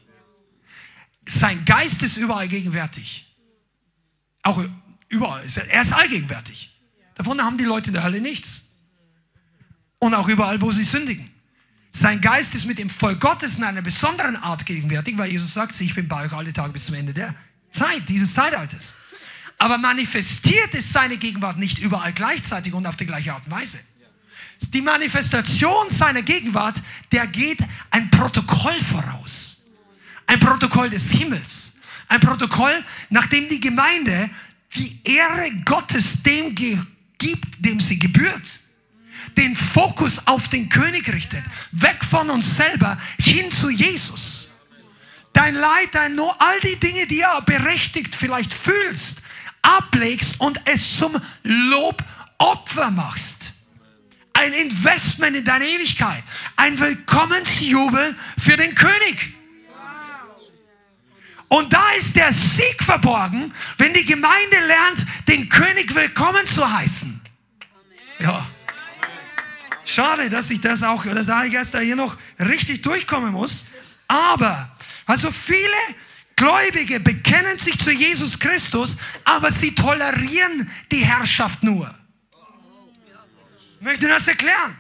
Sein Geist ist überall gegenwärtig. Auch überall. Er ist allgegenwärtig. Davon haben die Leute in der Hölle nichts. Und auch überall, wo sie sündigen. Sein Geist ist mit dem Volk Gottes in einer besonderen Art gegenwärtig, weil Jesus sagt, ich bin bei euch alle Tage bis zum Ende der Zeit, dieses Zeitalters. Aber manifestiert ist seine Gegenwart nicht überall gleichzeitig und auf die gleiche Art und Weise. Die Manifestation seiner Gegenwart, der geht ein Protokoll voraus. Ein Protokoll des Himmels. Ein Protokoll, nachdem die Gemeinde die Ehre Gottes dem gibt, dem sie gebührt. Den Fokus auf den König richtet. Weg von uns selber, hin zu Jesus. Dein Leid, all die Dinge, die du berechtigt vielleicht fühlst, ablegst und es zum Lobopfer machst. Ein Investment in deine Ewigkeit. Ein Willkommensjubel für den König. Und da ist der Sieg verborgen, wenn die Gemeinde lernt, den König willkommen zu heißen. Ja. Schade, dass ich das auch, dass der Heilige Geist da hier noch richtig durchkommen muss. Aber, also viele Gläubige bekennen sich zu Jesus Christus, aber sie tolerieren die Herrschaft nur. Ich möchte das erklären.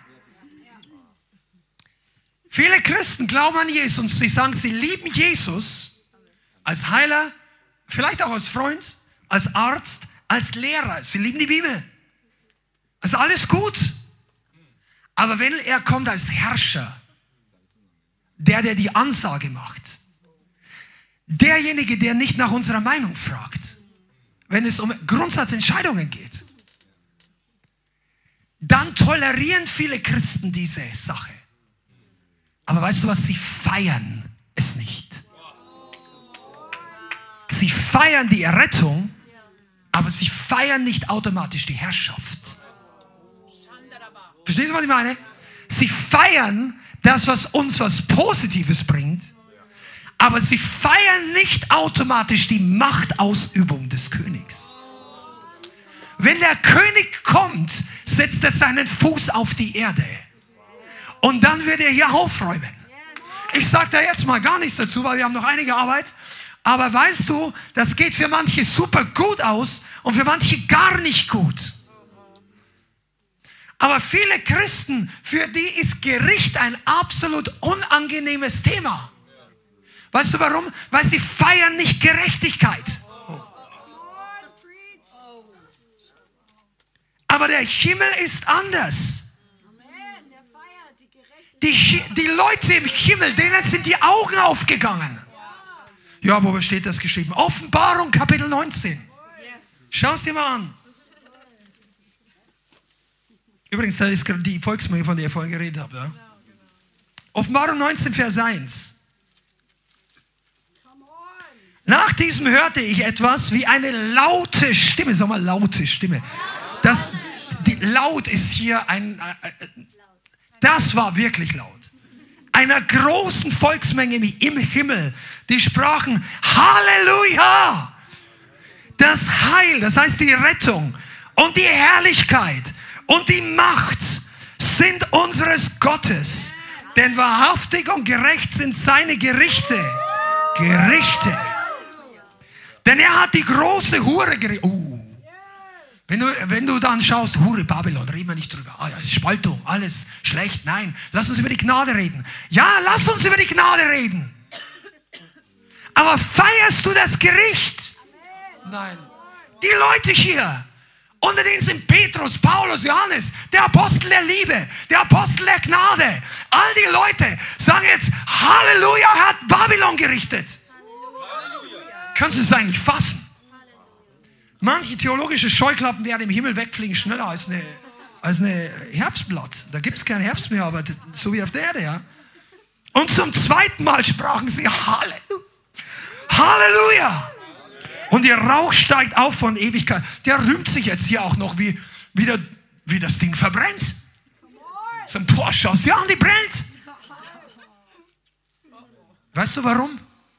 Viele Christen glauben an Jesus. Sie sagen, sie lieben Jesus als Heiler, vielleicht auch als Freund, als Arzt, als Lehrer. Sie lieben die Bibel. Also alles gut. Aber wenn er kommt als Herrscher, der die Ansage macht, derjenige, der nicht nach unserer Meinung fragt, wenn es um Grundsatzentscheidungen geht, dann tolerieren viele Christen diese Sache. Aber weißt du was? Sie feiern es nicht. Sie feiern die Errettung, aber sie feiern nicht automatisch die Herrschaft. Verstehst du, was ich meine? Sie feiern das, was uns was Positives bringt, aber sie feiern nicht automatisch die Machtausübung des Königs. Wenn der König kommt, setzt er seinen Fuß auf die Erde. Und dann wird er hier aufräumen. Ich sage da jetzt mal gar nichts dazu, weil wir haben noch einige Arbeit. Aber weißt du, das geht für manche super gut aus und für manche gar nicht gut. Aber viele Christen, für die ist Gericht ein absolut unangenehmes Thema. Weißt du warum? Weil sie feiern nicht Gerechtigkeit. Aber der Himmel ist anders. Die Leute im Himmel, denen sind die Augen aufgegangen. Ja, wo steht das geschrieben? Offenbarung, Kapitel 19. Schau es dir mal an. Übrigens, das ist die Volksmenge, von der ich vorhin geredet habe. Ja? Offenbarung 19, Vers 1. Nach diesem hörte ich etwas wie eine laute Stimme. Sag mal, laute Stimme. Laut ist hier das war wirklich laut. Einer großen Volksmenge im Himmel, die sprachen, Halleluja! Das Heil, das heißt die Rettung und die Herrlichkeit und die Macht sind unseres Gottes. Denn wahrhaftig und gerecht sind seine Gerichte. Gerichte. Denn er hat die große Hure gerichtet. Wenn du dann schaust, Hure Babylon, reden wir nicht drüber. Spaltung, alles schlecht. Nein, lass uns über die Gnade reden. Ja, lass uns über die Gnade reden. Aber feierst du das Gericht? Nein. Die Leute hier, unter denen sind Petrus, Paulus, Johannes, der Apostel der Liebe, der Apostel der Gnade. All die Leute sagen jetzt, Halleluja, er hat Babylon gerichtet. Halleluja. Kannst du es eigentlich fassen? Manche theologische Scheuklappen werden im Himmel wegfliegen, schneller als eine Herbstblatt. Da gibt es keinen Herbst mehr, aber so wie auf der Erde, ja. Und zum zweiten Mal sprachen sie Halleluja. Halleluja. Und der Rauch steigt auf von Ewigkeit. Der rühmt sich jetzt hier auch noch, wie das Ding verbrennt. So ein Porsche aus, ja, und die brennt. Weißt du warum?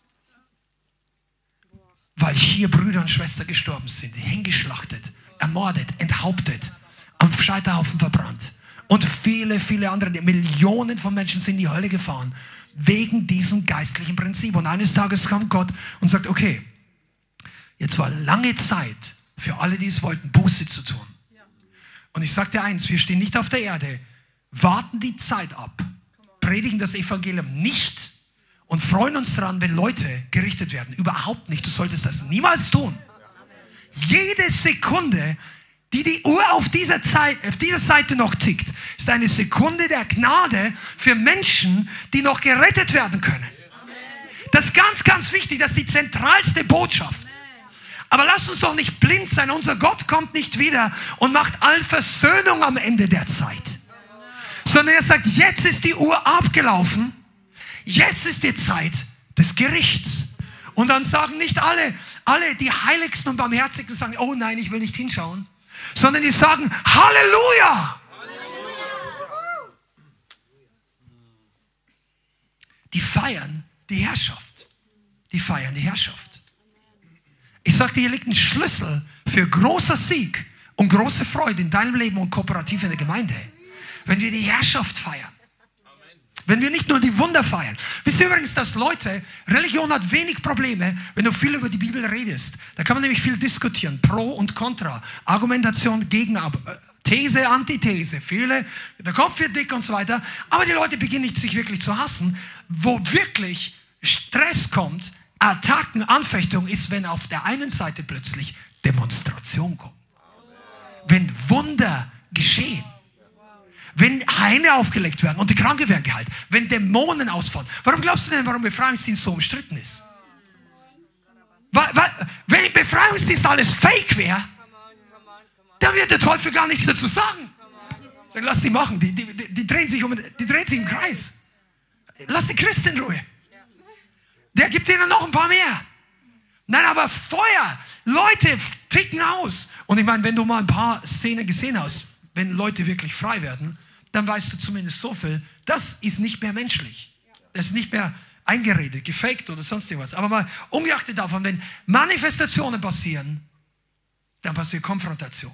Weil hier Brüder und Schwestern gestorben sind, hingeschlachtet, ermordet, enthauptet, am Scheiterhaufen verbrannt. Und viele, viele andere, Millionen von Menschen sind in die Hölle gefahren, wegen diesem geistlichen Prinzip. Und eines Tages kam Gott und sagt, okay, jetzt war lange Zeit für alle, die es wollten, Buße zu tun. Und ich sage dir eins, wir stehen nicht auf der Erde, warten die Zeit ab, predigen das Evangelium nicht und freuen uns daran, wenn Leute gerichtet werden. Überhaupt nicht. Du solltest das niemals tun. Jede Sekunde, die Uhr auf dieser Seite noch tickt, ist eine Sekunde der Gnade für Menschen, die noch gerettet werden können. Das ist ganz, ganz wichtig. Das ist die zentralste Botschaft. Aber lasst uns doch nicht blind sein. Unser Gott kommt nicht wieder und macht Allversöhnung am Ende der Zeit. Sondern er sagt, jetzt ist die Uhr abgelaufen. Jetzt ist die Zeit des Gerichts. Und dann sagen nicht alle die Heiligsten und Barmherzigen sagen, oh nein, ich will nicht hinschauen. Sondern die sagen, Halleluja! Die feiern die Herrschaft. Die feiern die Herrschaft. Ich sagte, hier liegt ein Schlüssel für großer Sieg und große Freude in deinem Leben und kooperativ in der Gemeinde. Wenn wir die Herrschaft feiern. Wenn wir nicht nur die Wunder feiern. Wisst ihr übrigens, dass Religion hat wenig Probleme, wenn du viel über die Bibel redest. Da kann man nämlich viel diskutieren. Pro und Contra. Argumentation, These, Antithese. Der Kopf wird dick und so weiter. Aber die Leute beginnen nicht, sich wirklich zu hassen. Wo wirklich Stress kommt, Attacken, Anfechtung ist, wenn auf der einen Seite plötzlich Demonstration kommt. Wenn Wunder geschehen. Wenn Heile aufgelegt werden und die Kranken werden geheilt. Wenn Dämonen ausfallen. Warum glaubst du denn, warum Befreiungsdienst so umstritten ist? Wenn im Befreiungsdienst alles fake wäre, dann wird der Teufel gar nichts dazu sagen. Sag, lass die machen, die drehen sich im Kreis. Lass die Christen in Ruhe. Der gibt ihnen noch ein paar mehr. Nein, aber Feuer, Leute ticken aus. Und ich meine, wenn du mal ein paar Szenen gesehen hast, wenn Leute wirklich frei werden, dann weißt du zumindest so viel, das ist nicht mehr menschlich. Das ist nicht mehr eingeredet, gefaked oder sonst irgendwas. Aber mal ungeachtet davon, wenn Manifestationen passieren, dann passiert Konfrontation.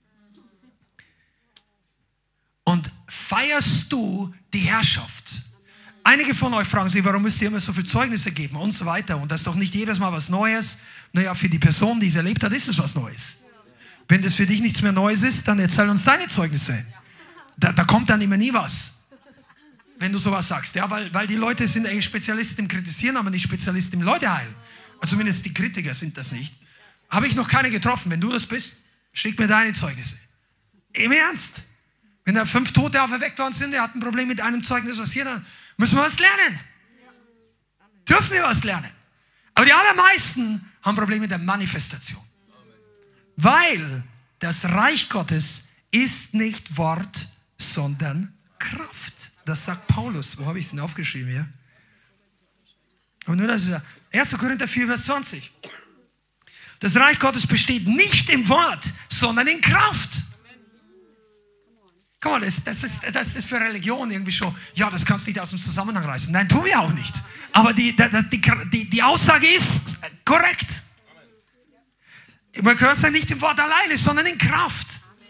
Und feierst du die Herrschaft? Einige von euch fragen sich, warum müsst ihr immer so viel Zeugnisse geben und so weiter. Und das ist doch nicht jedes Mal was Neues. Naja, für die Person, die es erlebt hat, ist es was Neues. Wenn das für dich nichts mehr Neues ist, dann erzähl uns deine Zeugnisse. Da kommt dann immer nie was. Wenn du sowas sagst. Ja, weil die Leute sind eigentlich Spezialisten im Kritisieren, aber nicht Spezialisten im Leute heilen. Also zumindest die Kritiker sind das nicht. Habe ich noch keine getroffen. Wenn du das bist, schick mir deine Zeugnisse. Im Ernst. Wenn da 5 Tote auferweckt worden sind, der hat ein Problem mit einem Zeugnis, was hier dann, müssen wir was lernen. Dürfen wir was lernen. Aber die allermeisten haben Probleme mit der Manifestation. Weil das Reich Gottes ist nicht Wort, sondern Kraft. Das sagt Paulus. Wo habe ich es denn aufgeschrieben hier? Aber nur das ist 1. Korinther 4, Vers 20. Das Reich Gottes besteht nicht im Wort, sondern in Kraft. Guck mal, das ist für Religion irgendwie schon, ja, das kannst du nicht aus dem Zusammenhang reißen. Nein, tun wir auch nicht. Aber die Aussage ist korrekt. Man hört es ja nicht im Wort alleine, sondern in Kraft.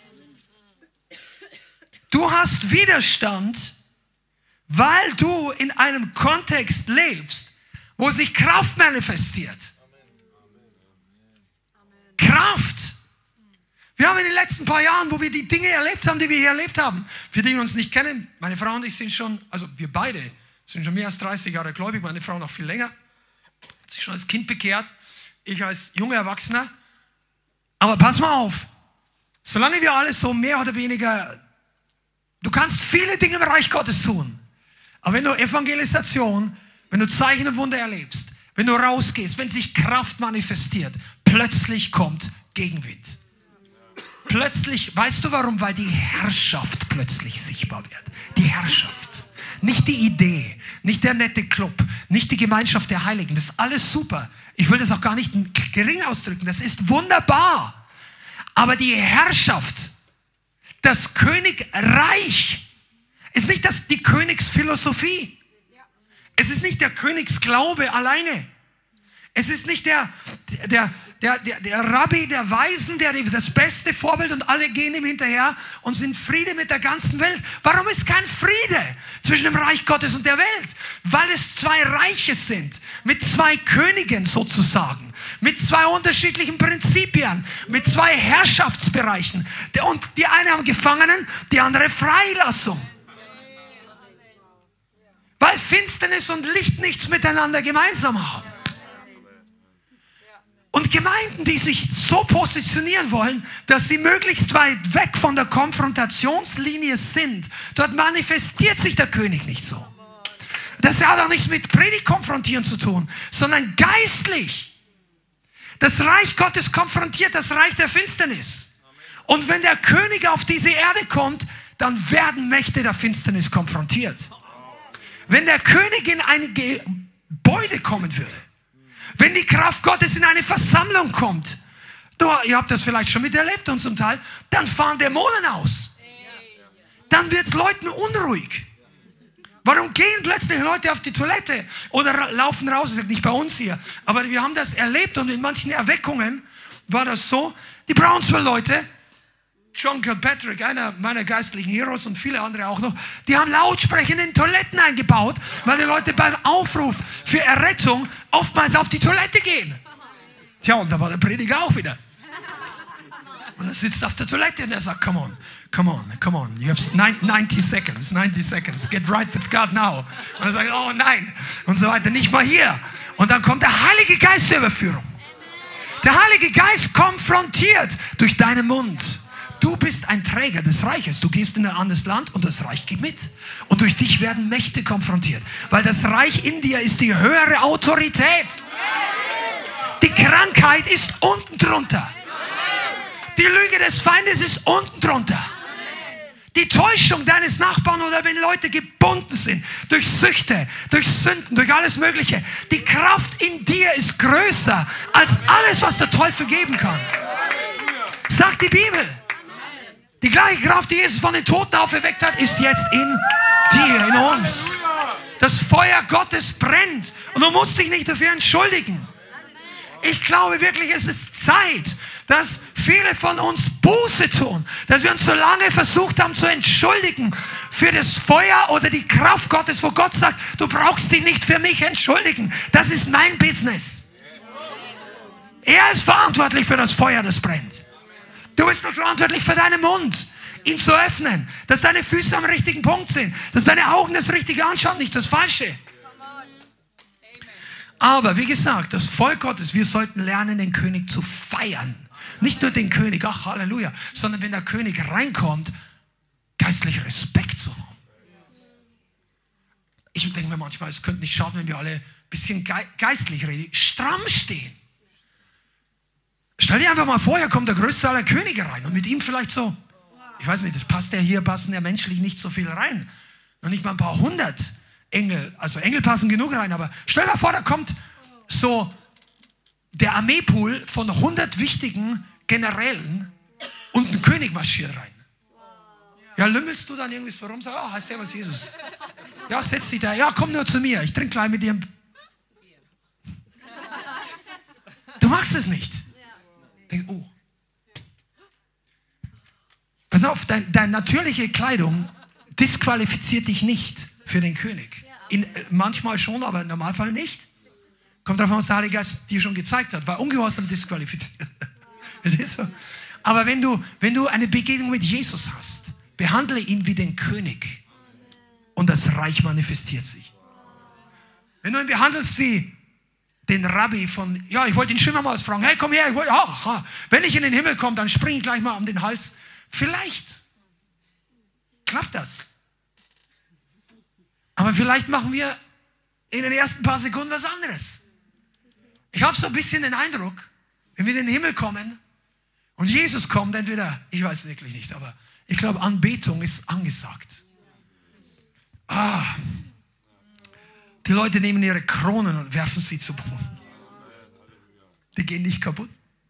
Du hast Widerstand, weil du in einem Kontext lebst, wo sich Kraft manifestiert. Kraft. Wir haben in den letzten paar Jahren, wo wir die Dinge erlebt haben, die wir hier erlebt haben, für die uns nicht kennen, meine Frau und ich sind schon, also wir beide sind schon mehr als 30 Jahre gläubig, meine Frau noch viel länger, hat sich schon als Kind bekehrt, ich als junger Erwachsener. Aber pass mal auf, solange wir alle so mehr oder weniger, du kannst viele Dinge im Reich Gottes tun, aber wenn du Evangelisation, wenn du Zeichen und Wunder erlebst, wenn du rausgehst, wenn sich Kraft manifestiert, plötzlich kommt Gegenwind. Plötzlich, weißt du warum? Weil die Herrschaft plötzlich sichtbar wird. Die Herrschaft. Nicht die Idee, nicht der nette Club, nicht die Gemeinschaft der Heiligen. Das ist alles super. Ich will das auch gar nicht gering ausdrücken. Das ist wunderbar. Aber die Herrschaft, das Königreich, ist nicht die Königsphilosophie. Es ist nicht der Königsglaube alleine. Es ist nicht der Rabbi der Weisen, der das beste Vorbild und alle gehen ihm hinterher und sind Friede mit der ganzen Welt. Warum ist kein Friede zwischen dem Reich Gottes und der Welt? Weil es zwei Reiche sind, mit zwei Königen sozusagen, mit zwei unterschiedlichen Prinzipien, mit zwei Herrschaftsbereichen. Und die eine haben Gefangenen, die andere Freilassung. Weil Finsternis und Licht nichts miteinander gemeinsam haben. Und Gemeinden, die sich so positionieren wollen, dass sie möglichst weit weg von der Konfrontationslinie sind, dort manifestiert sich der König nicht so. Das hat auch nichts mit Predigt konfrontieren zu tun, sondern geistlich. Das Reich Gottes konfrontiert das Reich der Finsternis. Und wenn der König auf diese Erde kommt, dann werden Mächte der Finsternis konfrontiert. Wenn der König in ein Gebäude kommen würde, wenn die Kraft Gottes in eine Versammlung kommt, ihr habt das vielleicht schon miterlebt und zum Teil, dann fahren Dämonen aus. Dann wird es Leuten unruhig. Warum gehen plötzlich Leute auf die Toilette oder laufen raus? Das ist nicht bei uns hier, aber wir haben das erlebt und in manchen Erweckungen war das so. Die Brownsville-Leute, John Kilpatrick, einer meiner geistlichen Heroes und viele andere auch noch, die haben Lautsprecher in den Toiletten eingebaut, weil die Leute beim Aufruf für Errettung oftmals auf die Toilette gehen. Tja, und da war der Prediger auch wieder. Und er sitzt auf der Toilette und er sagt, come on, you have 90 seconds, get right with God now. Und er sagt, oh nein, und so weiter, nicht mal hier. Und dann kommt der Heilige Geist der Überführung. Der Heilige Geist konfrontiert durch deinen Mund. Du bist ein Träger des Reiches. Du gehst in ein anderes Land und das Reich geht mit. Und durch dich werden Mächte konfrontiert. Weil das Reich in dir ist die höhere Autorität. Die Krankheit ist unten drunter. Die Lüge des Feindes ist unten drunter. Die Täuschung deines Nachbarn oder wenn Leute gebunden sind durch Süchte, durch Sünden, durch alles Mögliche. Die Kraft in dir ist größer als alles, was der Teufel geben kann. Sagt die Bibel. Die gleiche Kraft, die Jesus von den Toten auferweckt hat, ist jetzt in dir, in uns. Das Feuer Gottes brennt und du musst dich nicht dafür entschuldigen. Ich glaube wirklich, es ist Zeit, dass viele von uns Buße tun, dass wir uns so lange versucht haben zu entschuldigen für das Feuer oder die Kraft Gottes, wo Gott sagt, du brauchst dich nicht für mich entschuldigen, das ist mein Business. Er ist verantwortlich für das Feuer, das brennt. Du bist nur verantwortlich für deinen Mund, ihn zu öffnen, dass deine Füße am richtigen Punkt sind, dass deine Augen das Richtige anschauen, nicht das Falsche. Aber wie gesagt, das Volk Gottes, wir sollten lernen, den König zu feiern. Nicht nur den König, ach Halleluja, sondern wenn der König reinkommt, geistlich Respekt zu haben. Ich denke mir manchmal, es könnte nicht schaden, wenn wir alle ein bisschen geistlich reden, stramm stehen. Stell dir einfach mal vor, hier kommt der größte aller Könige rein und mit ihm vielleicht so, ich weiß nicht, das passt ja hier, passen ja menschlich nicht so viel rein. Noch nicht mal ein paar 100 Engel, also Engel passen genug rein, aber stell dir mal vor, da kommt so der Armeepool von 100 wichtigen Generälen und ein König marschiert rein. Ja, lümmelst du dann irgendwie so rum, sag, oh, servus Jesus. Ja, setz dich da, ja, komm nur zu mir, ich trinke gleich mit dir. Du machst es nicht. Denk, oh. Pass auf, deine natürliche Kleidung disqualifiziert dich nicht für den König. Manchmal schon, aber im Normalfall nicht. Kommt davon, was der Heilige Geist dir schon gezeigt hat, weil Ungehorsam disqualifiziert. Aber wenn du eine Begegnung mit Jesus hast, behandle ihn wie den König und das Reich manifestiert sich. Wenn du ihn behandelst wie den Rabbi von, ja, ich wollte ihn schon mal was fragen, hey, komm her, wenn ich in den Himmel komme, dann springe ich gleich mal um den Hals. Vielleicht klappt das. Aber vielleicht machen wir in den ersten paar Sekunden was anderes. Ich habe so ein bisschen den Eindruck, wenn wir in den Himmel kommen und Jesus kommt, entweder, ich weiß wirklich nicht, aber ich glaube, Anbetung ist angesagt. Die Leute nehmen ihre Kronen und werfen sie zu Boden. Die gehen nicht kaputt.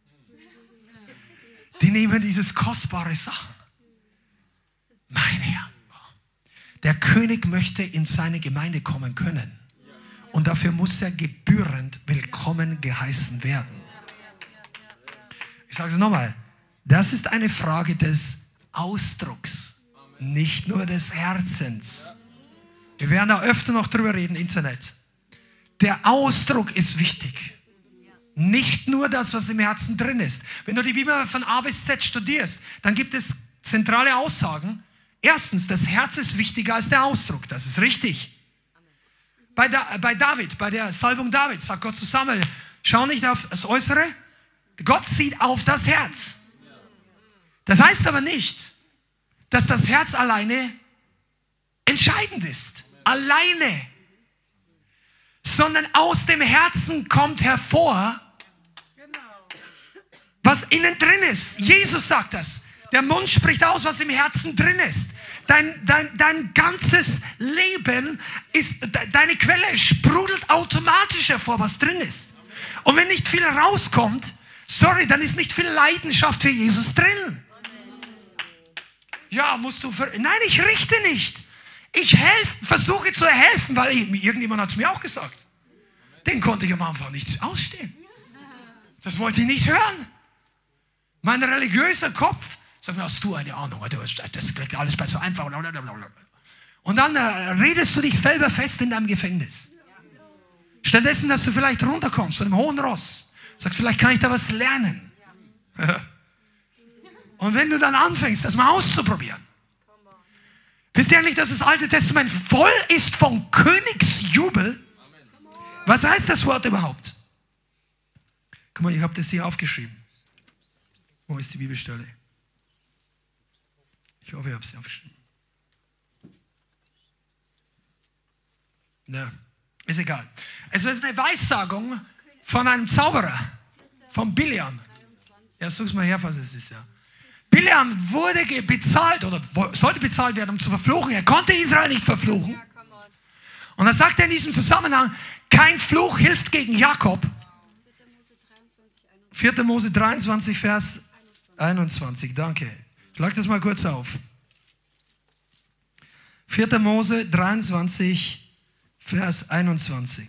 Die nehmen dieses kostbare Sachen. Meine Herren. Der König möchte in seine Gemeinde kommen können. Und dafür muss er gebührend willkommen geheißen werden. Ich sage es nochmal. Das ist eine Frage des Ausdrucks, nicht nur des Herzens. Wir werden da öfter noch drüber reden, Internet. Der Ausdruck ist wichtig. Nicht nur das, was im Herzen drin ist. Wenn du die Bibel von A bis Z studierst, dann gibt es zentrale Aussagen. Erstens, das Herz ist wichtiger als der Ausdruck. Das ist richtig. Bei David, bei der Salbung Davids, sagt Gott zu Samuel, schau nicht auf das Äußere, Gott sieht auf das Herz. Das heißt aber nicht, dass das Herz alleine entscheidend ist. Alleine. Sondern aus dem Herzen kommt hervor, was innen drin ist. Jesus sagt das. Der Mund spricht aus, was im Herzen drin ist. Dein ganzes Leben ist, deine Quelle sprudelt automatisch hervor, was drin ist. Und wenn nicht viel rauskommt, dann ist nicht viel Leidenschaft für Jesus drin. Ja, nein, ich richte nicht. Ich versuche zu helfen, weil irgendjemand hat es mir auch gesagt. Den konnte ich am Anfang nicht ausstehen. Das wollte ich nicht hören. Mein religiöser Kopf sagt mir, hast du eine Ahnung, das klingt alles bei so einfach. Und dann redest du dich selber fest in deinem Gefängnis. Stattdessen, dass du vielleicht runterkommst von einem hohen Ross, sagst, vielleicht kann ich da was lernen. Und wenn du dann anfängst, das mal auszuprobieren, wisst ihr eigentlich, dass das Alte Testament voll ist von Königsjubel? Was heißt das Wort überhaupt? Guck mal, ich habe das hier aufgeschrieben. Wo ist die Bibelstelle? Ich hoffe, ich habe sie aufgeschrieben. Na, ist egal. Es ist eine Weissagung von einem Zauberer, von Biliam. Ja, such's mal her, was es ist, ja. Biliam wurde bezahlt oder sollte bezahlt werden, um zu verfluchen. Er konnte Israel nicht verfluchen. Und dann sagt er in diesem Zusammenhang, kein Fluch hilft gegen Jakob. 4. Mose 23, Vers 21. Danke. Schlag das mal kurz auf. 4. Mose 23, Vers 21.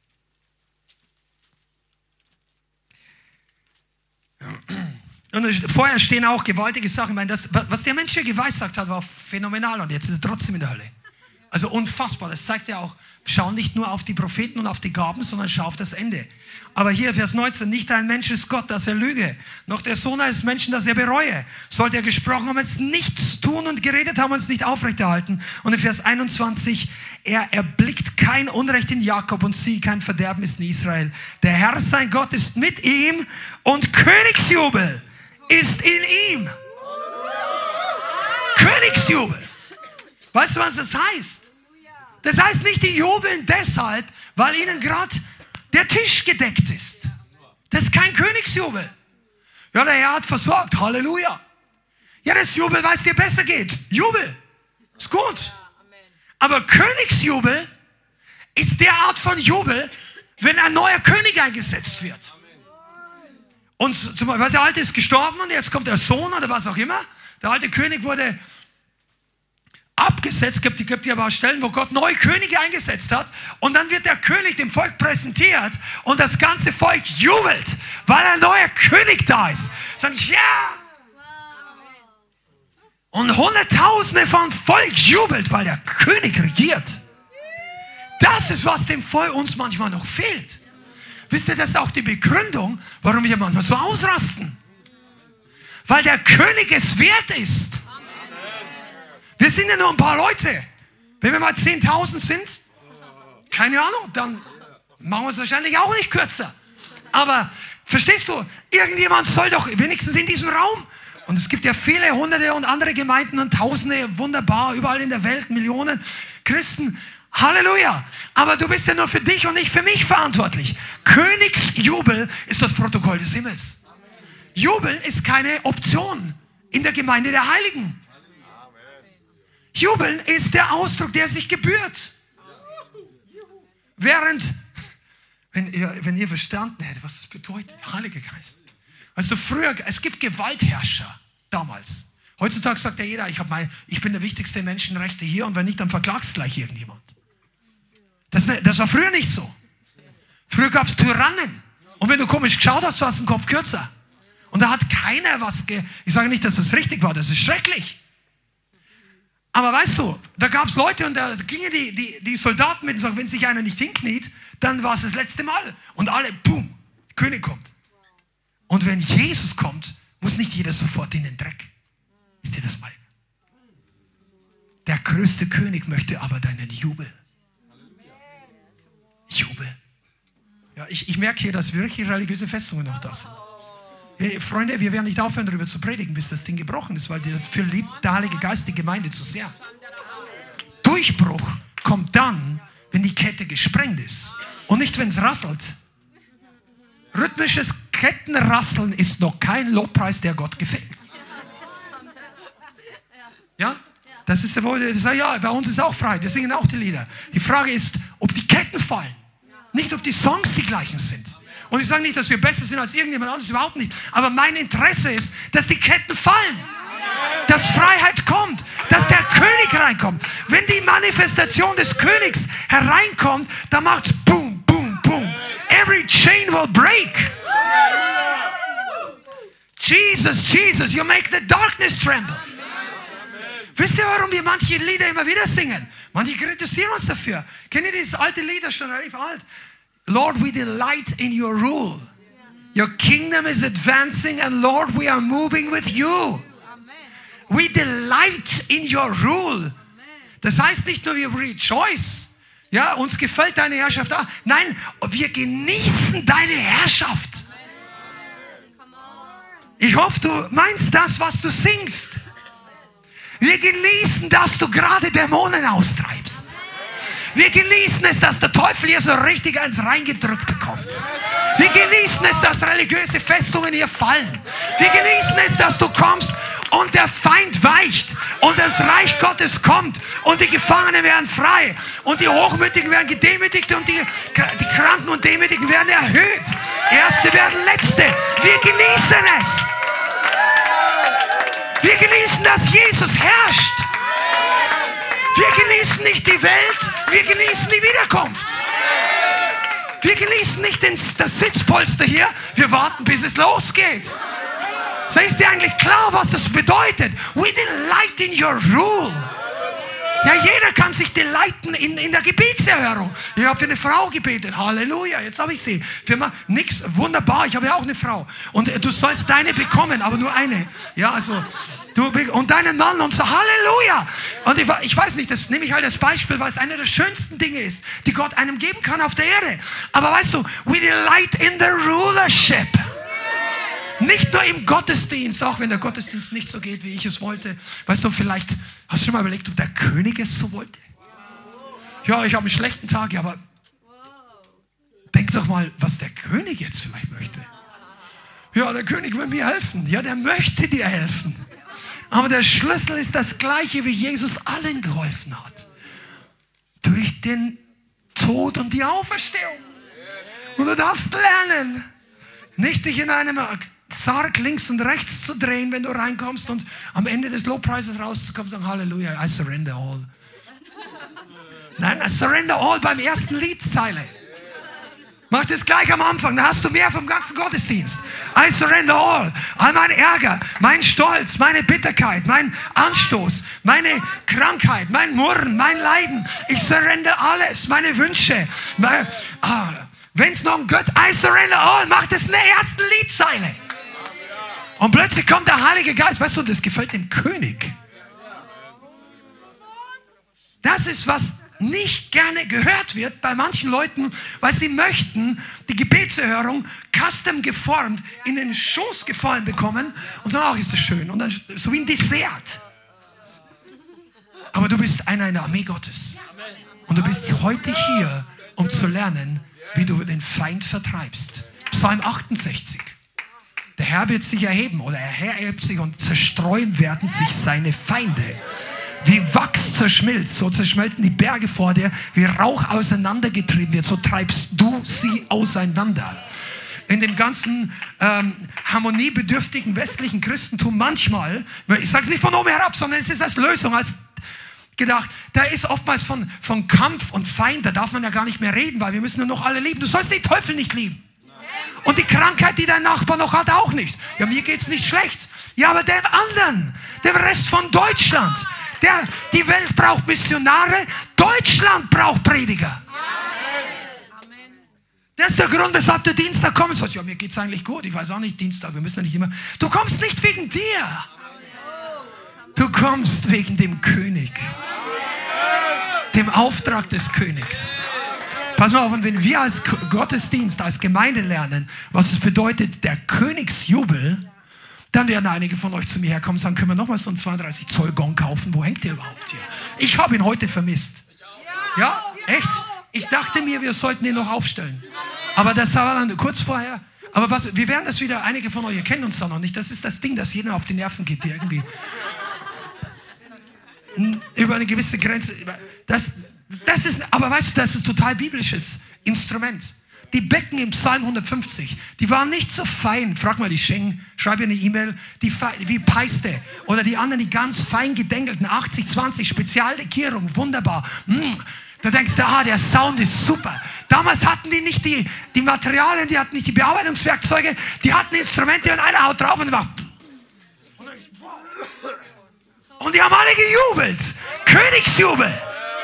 Und vorher stehen auch gewaltige Sachen. Ich meine, was der Mensch hier geweissagt hat, war phänomenal. Und jetzt ist er trotzdem in der Hölle. Also unfassbar. Das zeigt ja auch, schau nicht nur auf die Propheten und auf die Gaben, sondern schau auf das Ende. Aber hier, Vers 19, nicht ein Mensch ist Gott, dass er lüge, noch der Sohn eines Menschen, dass er bereue. Sollte er gesprochen haben, es nichts tun und geredet haben, uns nicht aufrechterhalten. Und in Vers 21, er erblickt kein Unrecht in Jakob und sieh, kein Verderben ist in Israel. Der Herr, sein Gott, ist mit ihm und Königsjubel ist in ihm. Königsjubel. Weißt du, was das heißt? Das heißt nicht, die jubeln deshalb, weil ihnen gerade der Tisch gedeckt ist. Das ist kein Königsjubel. Ja, der Herr hat versorgt. Halleluja. Ja, das Jubel, weil es dir besser geht. Jubel. Ist gut. Aber Königsjubel ist der Art von Jubel, wenn ein neuer König eingesetzt wird. Und zum Beispiel, der Alte ist gestorben und jetzt kommt der Sohn oder was auch immer. Der alte König wurde abgesetzt, gibt aber auch Stellen, wo Gott neue Könige eingesetzt hat und dann wird der König dem Volk präsentiert und das ganze Volk jubelt, weil ein neuer König da ist. Sagen, ja! Und Hunderttausende von Volk jubelt, weil der König regiert. Das ist, was dem Volk uns manchmal noch fehlt. Wisst ihr, das ist auch die Begründung, warum wir manchmal so ausrasten. weil der König es wert ist. Wir sind ja nur ein paar Leute. Wenn wir mal 10.000 sind, keine Ahnung, dann machen wir es wahrscheinlich auch nicht kürzer. Aber verstehst du, irgendjemand soll doch wenigstens in diesem Raum, und es gibt ja viele Hunderte und andere Gemeinden und Tausende, wunderbar, überall in der Welt, Millionen Christen, Halleluja. Aber du bist ja nur für dich und nicht für mich verantwortlich. Königsjubel ist das Protokoll des Himmels. Jubeln ist keine Option in der Gemeinde der Heiligen. Jubeln ist der Ausdruck, der sich gebührt. Während, wenn ihr verstanden hättet, was das bedeutet, Heiliger Geist. Also früher, es gibt Gewaltherrscher damals. Heutzutage sagt ja jeder, ich bin der wichtigste Menschenrechte hier und wenn nicht, dann verklagst gleich irgendjemand. Das war früher nicht so. Früher gab es Tyrannen. Und wenn du komisch geschaut hast, du hast den Kopf kürzer. Und da hat keiner ich sage nicht, dass das richtig war, das ist schrecklich. Aber weißt du, da gab es Leute und da gingen die Soldaten mit und sagen, wenn sich einer nicht hinkniet, dann war es das letzte Mal. Und alle, boom, König kommt. Und wenn Jesus kommt, muss nicht jeder sofort in den Dreck. Ist dir das bei? Der größte König möchte aber deinen Jubel. Jubel. Ja, ich merke hier, dass wirklich religiöse Festungen noch da sind. Hey, Freunde, wir werden nicht aufhören, darüber zu predigen, bis das Ding gebrochen ist, weil dafür liebt der Heilige Geist die Gemeinde zu sehr. Durchbruch kommt dann, wenn die Kette gesprengt ist und nicht, wenn es rasselt. Rhythmisches Kettenrasseln ist noch kein Lobpreis, der Gott gefällt. Ja? Das ist ja, bei uns ist auch frei, wir singen auch die Lieder. Die Frage ist, ob die Ketten fallen, nicht ob die Songs die gleichen sind. Und ich sage nicht, dass wir besser sind als irgendjemand anderes, überhaupt nicht. Aber mein Interesse ist, dass die Ketten fallen. Dass Freiheit kommt. Dass der König reinkommt. Wenn die Manifestation des Königs hereinkommt, dann macht es boom, boom, boom. Every chain will break. Jesus, Jesus, you make the darkness tremble. Wisst ihr, warum wir manche Lieder immer wieder singen? Manche kritisieren uns dafür. Kennt ihr dieses alte Lied, das ist schon relativ alt? Lord, we delight in your rule. Your kingdom is advancing and Lord, we are moving with you. We delight in your rule. Das heißt nicht nur, wir rejoice. Ja, uns gefällt deine Herrschaft. Nein, wir genießen deine Herrschaft. Ich hoffe, du meinst das, was du singst. Wir genießen, dass du gerade Dämonen austreibst. Wir genießen es, dass der Teufel hier so richtig eins reingedrückt bekommt. Wir genießen es, dass religiöse Festungen hier fallen. Wir genießen es, dass du kommst und der Feind weicht und das Reich Gottes kommt und die Gefangenen werden frei und die Hochmütigen werden gedemütigt und die Kranken und Demütigen werden erhöht. Erste werden Letzte. Wir genießen es. Wir genießen, dass Jesus herrscht. Wir genießen nicht die Welt, wir genießen die Wiederkunft. Wir genießen nicht das Sitzpolster hier, wir warten, bis es losgeht. So ist dir eigentlich klar, was das bedeutet? We delight in your rule. Ja, jeder kann sich delighten in der Gebetserhörung. Ich habe für eine Frau gebetet, Halleluja, jetzt habe ich sie. Nix, wunderbar, ich habe ja auch eine Frau. Und du sollst deine bekommen, aber nur eine. Ja, also... und deinen Mann und so, Halleluja. Und ich weiß nicht, das nehme ich halt als Beispiel, weil es eine der schönsten Dinge ist, die Gott einem geben kann auf der Erde. Aber weißt du, we delight in the rulership. Nicht nur im Gottesdienst, auch wenn der Gottesdienst nicht so geht, wie ich es wollte. Weißt du, vielleicht hast du schon mal überlegt, ob der König es so wollte? Ja, ich habe einen schlechten Tag, ja, aber denk doch mal, was der König jetzt vielleicht möchte. Ja, der König will mir helfen. Ja, der möchte dir helfen. Aber der Schlüssel ist das Gleiche, wie Jesus allen geholfen hat. Durch den Tod und die Auferstehung. Und du darfst lernen, nicht dich in einem Sarg links und rechts zu drehen, wenn du reinkommst und am Ende des Lobpreises rauszukommen und sagen, Halleluja, I surrender all. Nein, I surrender all beim ersten Liedzeile. Mach das gleich am Anfang, dann hast du mehr vom ganzen Gottesdienst. I surrender all mein Ärger, mein Stolz, meine Bitterkeit, mein Anstoß, meine Krankheit, mein Murren, mein Leiden. Ich surrender alles, meine Wünsche. Wenn es noch ein Gott, I surrender all, mach das in der ersten Liedzeile. Und plötzlich kommt der Heilige Geist. Weißt du, das gefällt dem König. Das ist, was nicht gerne gehört wird bei manchen Leuten, weil sie möchten die Gebetserhörung custom geformt in den Schoß gefallen bekommen und sagen, ach, ist das schön. Und dann so wie ein Dessert. Aber du bist einer in der Armee Gottes. Und du bist heute hier, um zu lernen, wie du den Feind vertreibst. Psalm 68. Der Herr wird sich erheben oder der Herr erhebt sich und zerstreuen werden sich seine Feinde. Wie Wachs zerschmilzt, so zerschmelzen die Berge vor dir, wie Rauch auseinandergetrieben wird, so treibst du sie auseinander. In dem ganzen harmoniebedürftigen westlichen Christentum manchmal, ich sage es nicht von oben herab, sondern es ist als Lösung, als gedacht, da ist oftmals von Kampf und Feind, da darf man ja gar nicht mehr reden, weil wir müssen nur noch alle lieben. Du sollst den Teufel nicht lieben. Und die Krankheit, die dein Nachbar noch hat, auch nicht. Ja, mir geht's nicht schlecht. Ja, aber den anderen, dem Rest von Deutschland, die Welt braucht Missionare, Deutschland braucht Prediger. Das ist der Grund, weshalb du Dienstag kommst. Ja, mir geht's eigentlich gut. Ich weiß auch nicht, Dienstag, wir müssen ja nicht immer. Du kommst nicht wegen dir. Du kommst wegen dem König. Dem Auftrag des Königs. Pass mal auf, und wenn wir als Gottesdienst, als Gemeinde lernen, was es bedeutet, der Königsjubel, dann werden einige von euch zu mir herkommen und sagen, können wir nochmal so einen 32 Zoll Gong kaufen? Wo hängt der überhaupt hier? Ich habe ihn heute vermisst. Ja, echt? Ich dachte mir, wir sollten ihn noch aufstellen. Aber das war dann kurz vorher. Aber wir werden das wieder, einige von euch kennen uns da noch nicht. Das ist das Ding, das jedem auf die Nerven geht, der irgendwie über eine gewisse Grenze. Das ist, aber weißt du, das ist ein total biblisches Instrument. Die Becken im Psalm 150, die waren nicht so fein. Frag mal die Schengen, schreib ihr eine E-Mail, wie Peiste. Oder die anderen, die ganz fein gedenkelten, 80-20, Speziallegierung, wunderbar. Da denkst du, der Sound ist super. Damals hatten die nicht die Materialien, die hatten nicht die Bearbeitungswerkzeuge, die hatten Instrumente und einer haut drauf und macht. Und die haben alle gejubelt. Königsjubel.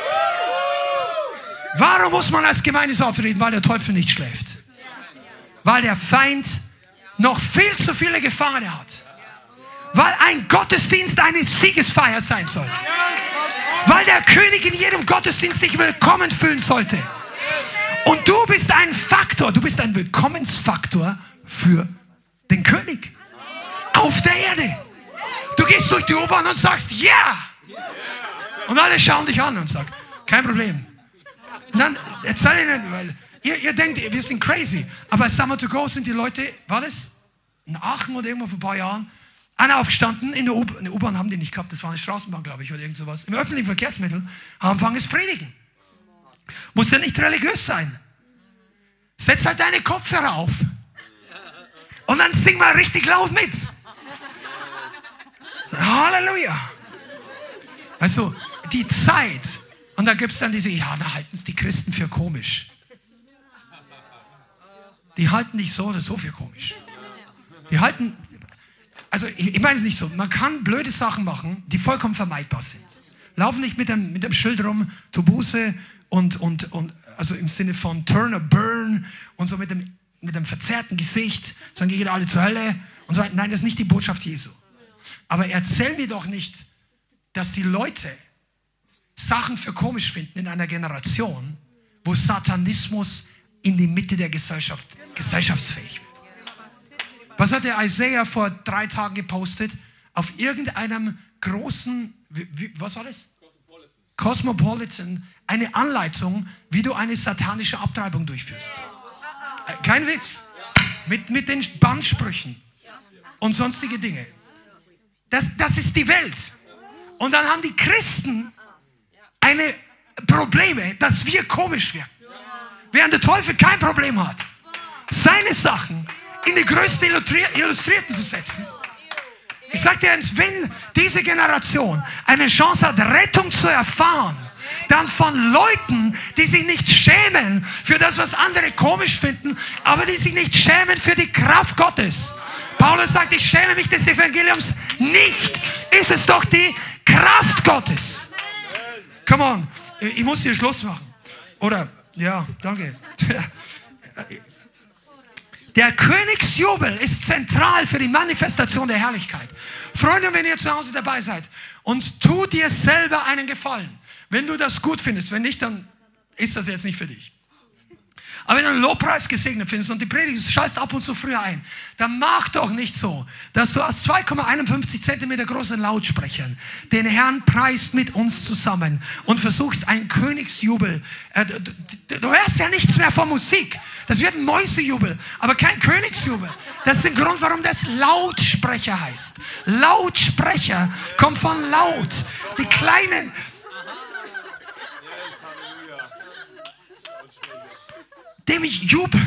Warum muss man als Gemeinde so auftreten? Weil der Teufel nicht schläft. Weil der Feind noch viel zu viele Gefangene hat. Weil ein Gottesdienst eine Siegesfeier sein soll. Weil der König in jedem Gottesdienst sich willkommen fühlen sollte. Und du bist ein Faktor, du bist ein Willkommensfaktor für den König. Auf der Erde. Du gehst durch die U-Bahn und sagst, ja! Yeah! Und alle schauen dich an und sagen, kein Problem. Und dann erzähl ihnen, weil ihr denkt, wir sind crazy. Aber bei Summer to Go sind die Leute, war das in Aachen oder irgendwo vor ein paar Jahren, einer aufgestanden, in der U-Bahn haben die nicht gehabt, das war eine Straßenbahn, glaube ich, oder irgend sowas. Im öffentlichen Verkehrsmittel haben angefangen zu predigen. Muss ja nicht religiös sein. Setz halt deine Kopfhörer auf. Und dann sing mal richtig laut mit. Halleluja. Also, die Zeit. Und dann gibt es dann diese, da halten es die Christen für komisch. Die halten nicht so oder so für komisch. Die halten, also ich meine es nicht so, man kann blöde Sachen machen, die vollkommen vermeidbar sind. Laufen nicht mit dem Schild rum, tu Buße und also im Sinne von turn or burn und so mit dem verzerrten Gesicht, sagen, ihr geht alle zur Hölle und so. Nein, das ist nicht die Botschaft Jesu. Aber erzähl mir doch nicht, dass die Leute Sachen für komisch finden in einer Generation, wo Satanismus in die Mitte der Gesellschaft gesellschaftsfähig wird. Was hat der Isaiah vor 3 Tagen gepostet? Auf irgendeinem großen, was war das? Cosmopolitan, eine Anleitung, wie du eine satanische Abtreibung durchführst. Kein Witz. Mit den Bannsprüchen und sonstige Dinge. Das ist die Welt. Und dann haben die Christen eine Probleme, dass wir komisch werden. Während der Teufel kein Problem hat, seine Sachen in die größten Illustrierten zu setzen. Ich sage dir eins, wenn diese Generation eine Chance hat, Rettung zu erfahren, dann von Leuten, die sich nicht schämen für das, was andere komisch finden, aber die sich nicht schämen für die Kraft Gottes. Paulus sagt, ich schäme mich des Evangeliums nicht. Ist es doch die Kraft Gottes. Come on, ich muss hier Schluss machen. Oder, ja, danke. Der Königsjubel ist zentral für die Manifestation der Herrlichkeit. Freunde, wenn ihr zu Hause dabei seid und tu dir selber einen Gefallen. Wenn du das gut findest, wenn nicht, dann ist das jetzt nicht für dich. Aber wenn du einen Lobpreis gesegnet findest und die Predigt schaltest ab und zu früher ein, dann mach doch nicht so, dass du aus 2,51 Zentimeter großen Lautsprechern den Herrn preist mit uns zusammen und versuchst einen Königsjubel. Du hörst ja nichts mehr von Musik. Das wird ein Mäusejubel, aber kein Königsjubel. Das ist der Grund, warum das Lautsprecher heißt. Lautsprecher kommt von laut. Die kleinen... dem ich jubel.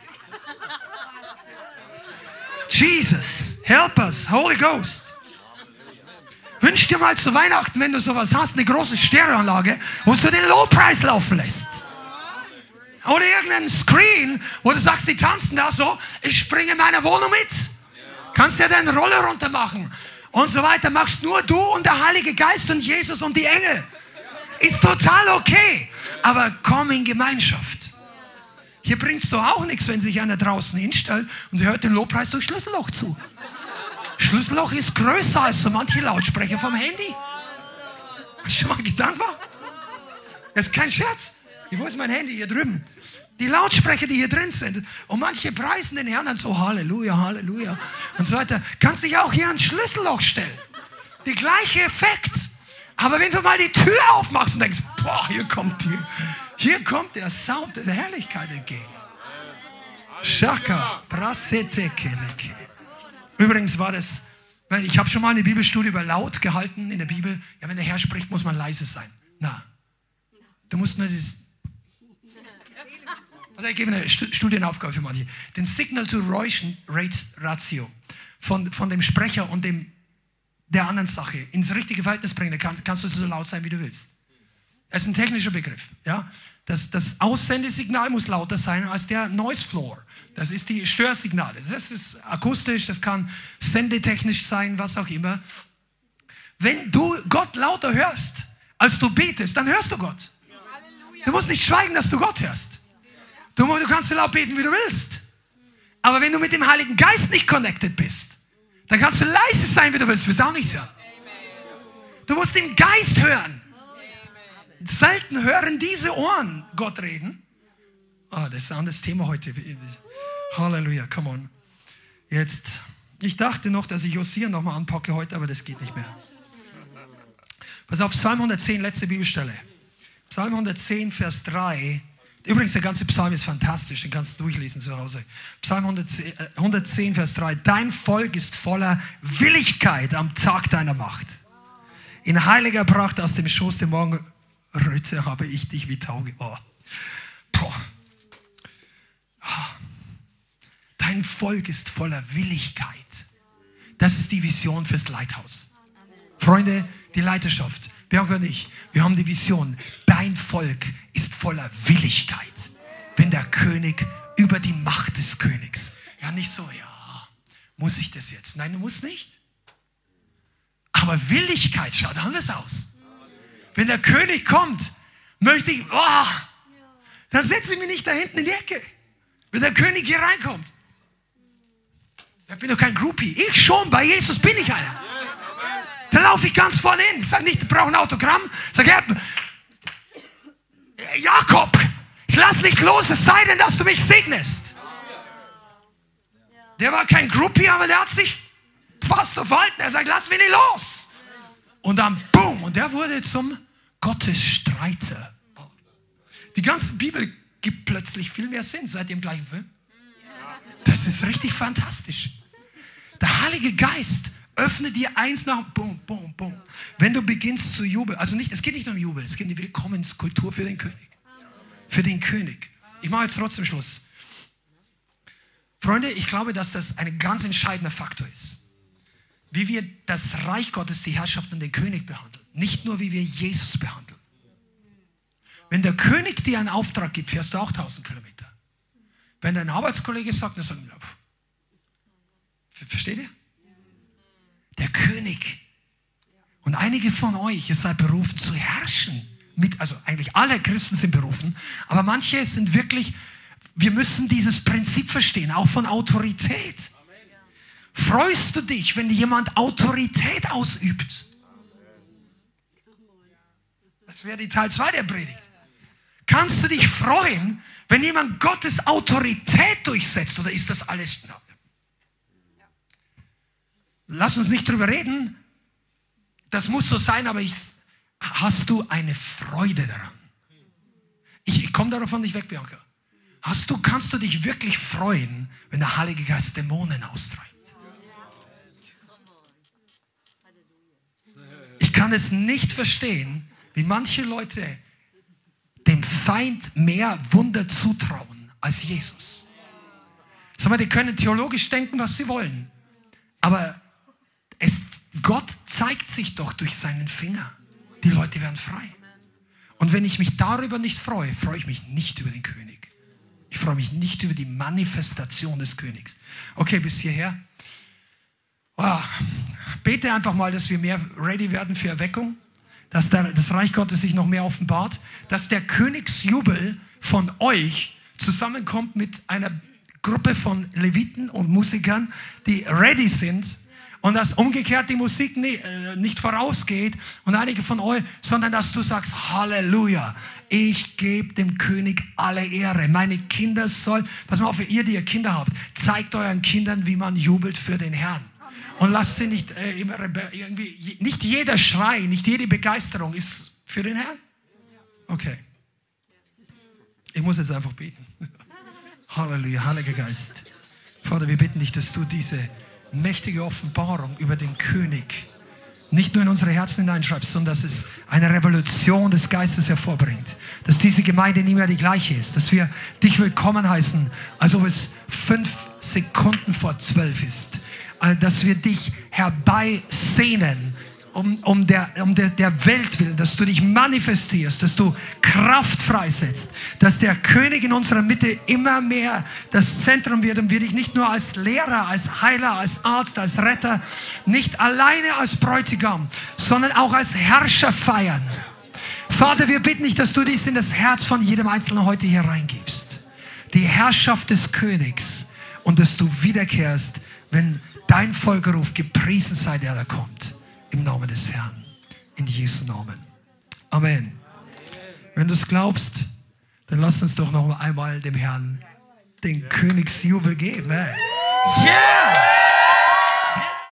Jesus, help us, Holy Ghost. Wünsch dir mal zu Weihnachten, wenn du sowas hast, eine große Stereoanlage, wo du den Lobpreis laufen lässt. Oder irgendeinen Screen, wo du sagst, die tanzen da so, ich springe in meiner Wohnung mit. Kannst ja deinen Roller runter machen und so weiter. Machst nur du und der Heilige Geist und Jesus und die Engel. Ist total okay, aber komm in Gemeinschaft. Hier bringt es doch auch nichts, wenn sich einer draußen hinstellt und hört den Lobpreis durch Schlüsselloch zu. Schlüsselloch ist größer als so manche Lautsprecher vom Handy. Hast du schon mal gedacht? Das ist kein Scherz. Wo ist mein Handy? Hier drüben. Die Lautsprecher, die hier drin sind. Und manche preisen den Herrn dann so, Halleluja, Halleluja. Und so weiter. Kannst dich auch hier ans Schlüsselloch stellen. Der gleiche Effekt. Aber wenn du mal die Tür aufmachst und denkst, boah, hier kommt der Sound der Herrlichkeit entgegen. Shaka, prasete, keleke. Übrigens war das, ich habe schon mal eine Bibelstudie über laut gehalten in der Bibel. Ja, wenn der Herr spricht, muss man leise sein. Na, du musst nur das... Also ich gebe eine Studienaufgabe für manche. Den Signal-to-Ratio von dem Sprecher und der anderen Sache ins richtige Verhältnis bringen, kannst du so laut sein, wie du willst. Das ist ein technischer Begriff. Ja? Das Aussendesignal muss lauter sein als der Noise Floor. Das ist die Störsignale. Das ist akustisch, das kann sendetechnisch sein, was auch immer. Wenn du Gott lauter hörst, als du betest, dann hörst du Gott. Du musst nicht schweigen, dass du Gott hörst. Du kannst so laut beten, wie du willst. Aber wenn du mit dem Heiligen Geist nicht connected bist, dann kannst du leise sein, wie du willst. Du wirst auch nichts hören. Du musst im Geist hören. Selten hören diese Ohren Gott reden. Das ist ein anderes Thema heute. Halleluja, come on. Jetzt, ich dachte noch, dass ich Josia nochmal anpacke heute, aber das geht nicht mehr. Pass auf, Psalm 110, letzte Bibelstelle. Psalm 110, Vers 3. Übrigens, der ganze Psalm ist fantastisch, den kannst du durchlesen zu Hause. Psalm 110, Vers 3. Dein Volk ist voller Willigkeit am Tag deiner Macht. In heiliger Pracht aus dem Schoß der Morgenröte habe ich dich wie Tau. Dein Volk ist voller Willigkeit. Das ist die Vision fürs Leithaus. Freunde, die Leiterschaft, Bianca und ich, wir haben die Vision. Dein Volk ist voller Willigkeit. Wenn der König über die Macht des Königs. Ja, nicht so, ja, muss ich das jetzt? Nein, du musst nicht. Aber Willigkeit schaut anders aus. Wenn der König kommt, möchte ich, dann setze ich mich nicht da hinten in die Ecke. Wenn der König hier reinkommt. Ich bin doch kein Groupie. Ich schon, bei Jesus bin ich einer. Dann laufe ich ganz vorne hin. Ich sage nicht, ich brauche ein Autogramm. Ich sage, Jakob, ich lass nicht los, es sei denn, dass du mich segnest. Der war kein Groupie, aber der hat sich fast so verhalten. Er sagt, lass mich nicht los. Und dann, boom, und der wurde zum Gottesstreiter. Die ganze Bibel gibt plötzlich viel mehr Sinn. Seid ihr im gleichen Film? Das ist richtig fantastisch. Der Heilige Geist öffnet dir eins nach, boom, boom, boom. Wenn du beginnst zu jubeln, also nicht, es geht nicht nur um Jubel, es geht um die Willkommenskultur für den König. Für den König. Ich mache jetzt trotzdem Schluss. Freunde, ich glaube, dass das ein ganz entscheidender Faktor ist. Wie wir das Reich Gottes, die Herrschaft und den König behandeln. Nicht nur, wie wir Jesus behandeln. Wenn der König dir einen Auftrag gibt, fährst du auch 1000 Kilometer. Wenn dein Arbeitskollege sagt, dann sagen wir, versteht ihr? Der König. Und einige von euch, ihr seid berufen zu herrschen. Also eigentlich alle Christen sind berufen, aber manche sind wirklich Wir müssen dieses Prinzip verstehen, auch von Autorität. Freust du dich, wenn jemand Autorität ausübt? Das wäre die Teil 2 der Predigt. Kannst du dich freuen, wenn jemand Gottes Autorität durchsetzt? Oder ist das alles... Lass uns nicht drüber reden. Das muss so sein, aber hast du eine Freude daran? Ich komme davon nicht weg, Bianca. Kannst du dich wirklich freuen, wenn der Heilige Geist Dämonen austreibt? Ich kann es nicht verstehen, wie manche Leute dem Feind mehr Wunder zutrauen als Jesus. Sag mal, die können theologisch denken, was sie wollen. Aber Gott zeigt sich doch durch seinen Finger. Die Leute werden frei. Und wenn ich mich darüber nicht freue, freue ich mich nicht über den König. Ich freue mich nicht über die Manifestation des Königs. Okay, bis hierher. Wow. Bete einfach mal, dass wir mehr ready werden für Erweckung. Dass das Reich Gottes sich noch mehr offenbart. Dass der Königsjubel von euch zusammenkommt mit einer Gruppe von Leviten und Musikern, die ready sind. Und dass umgekehrt die Musik nicht vorausgeht und einige von euch, sondern dass du sagst, Halleluja, ich gebe dem König alle Ehre. Meine Kinder sollen, pass mal auf, ihr, die ihr Kinder habt, zeigt euren Kindern, wie man jubelt für den Herrn. Und lasst sie nicht nicht jeder Schrei, nicht jede Begeisterung ist für den Herrn. Okay. Ich muss jetzt einfach beten. Halleluja, Heiliger Geist. Vater, wir bitten dich, dass du diese mächtige Offenbarung über den König nicht nur in unsere Herzen hineinschreibst, sondern dass es eine Revolution des Geistes hervorbringt. Dass diese Gemeinde nie mehr die gleiche ist. Dass wir dich willkommen heißen, als ob es 5 Sekunden vor 12 ist. Dass wir dich herbeisehnen, um der Welt willen, dass du dich manifestierst, dass du Kraft freisetzt, dass der König in unserer Mitte immer mehr das Zentrum wird und wir dich nicht nur als Lehrer, als Heiler, als Arzt, als Retter, nicht alleine als Bräutigam, sondern auch als Herrscher feiern. Vater, wir bitten dich, dass du dies in das Herz von jedem Einzelnen heute hier reingibst. Die Herrschaft des Königs und dass du wiederkehrst, wenn dein Volk ruft, gepriesen sei der, der kommt. Im Namen des Herrn. In Jesu Namen. Amen. Wenn du es glaubst, dann lass uns doch noch einmal dem Herrn den Königsjubel geben. Yeah!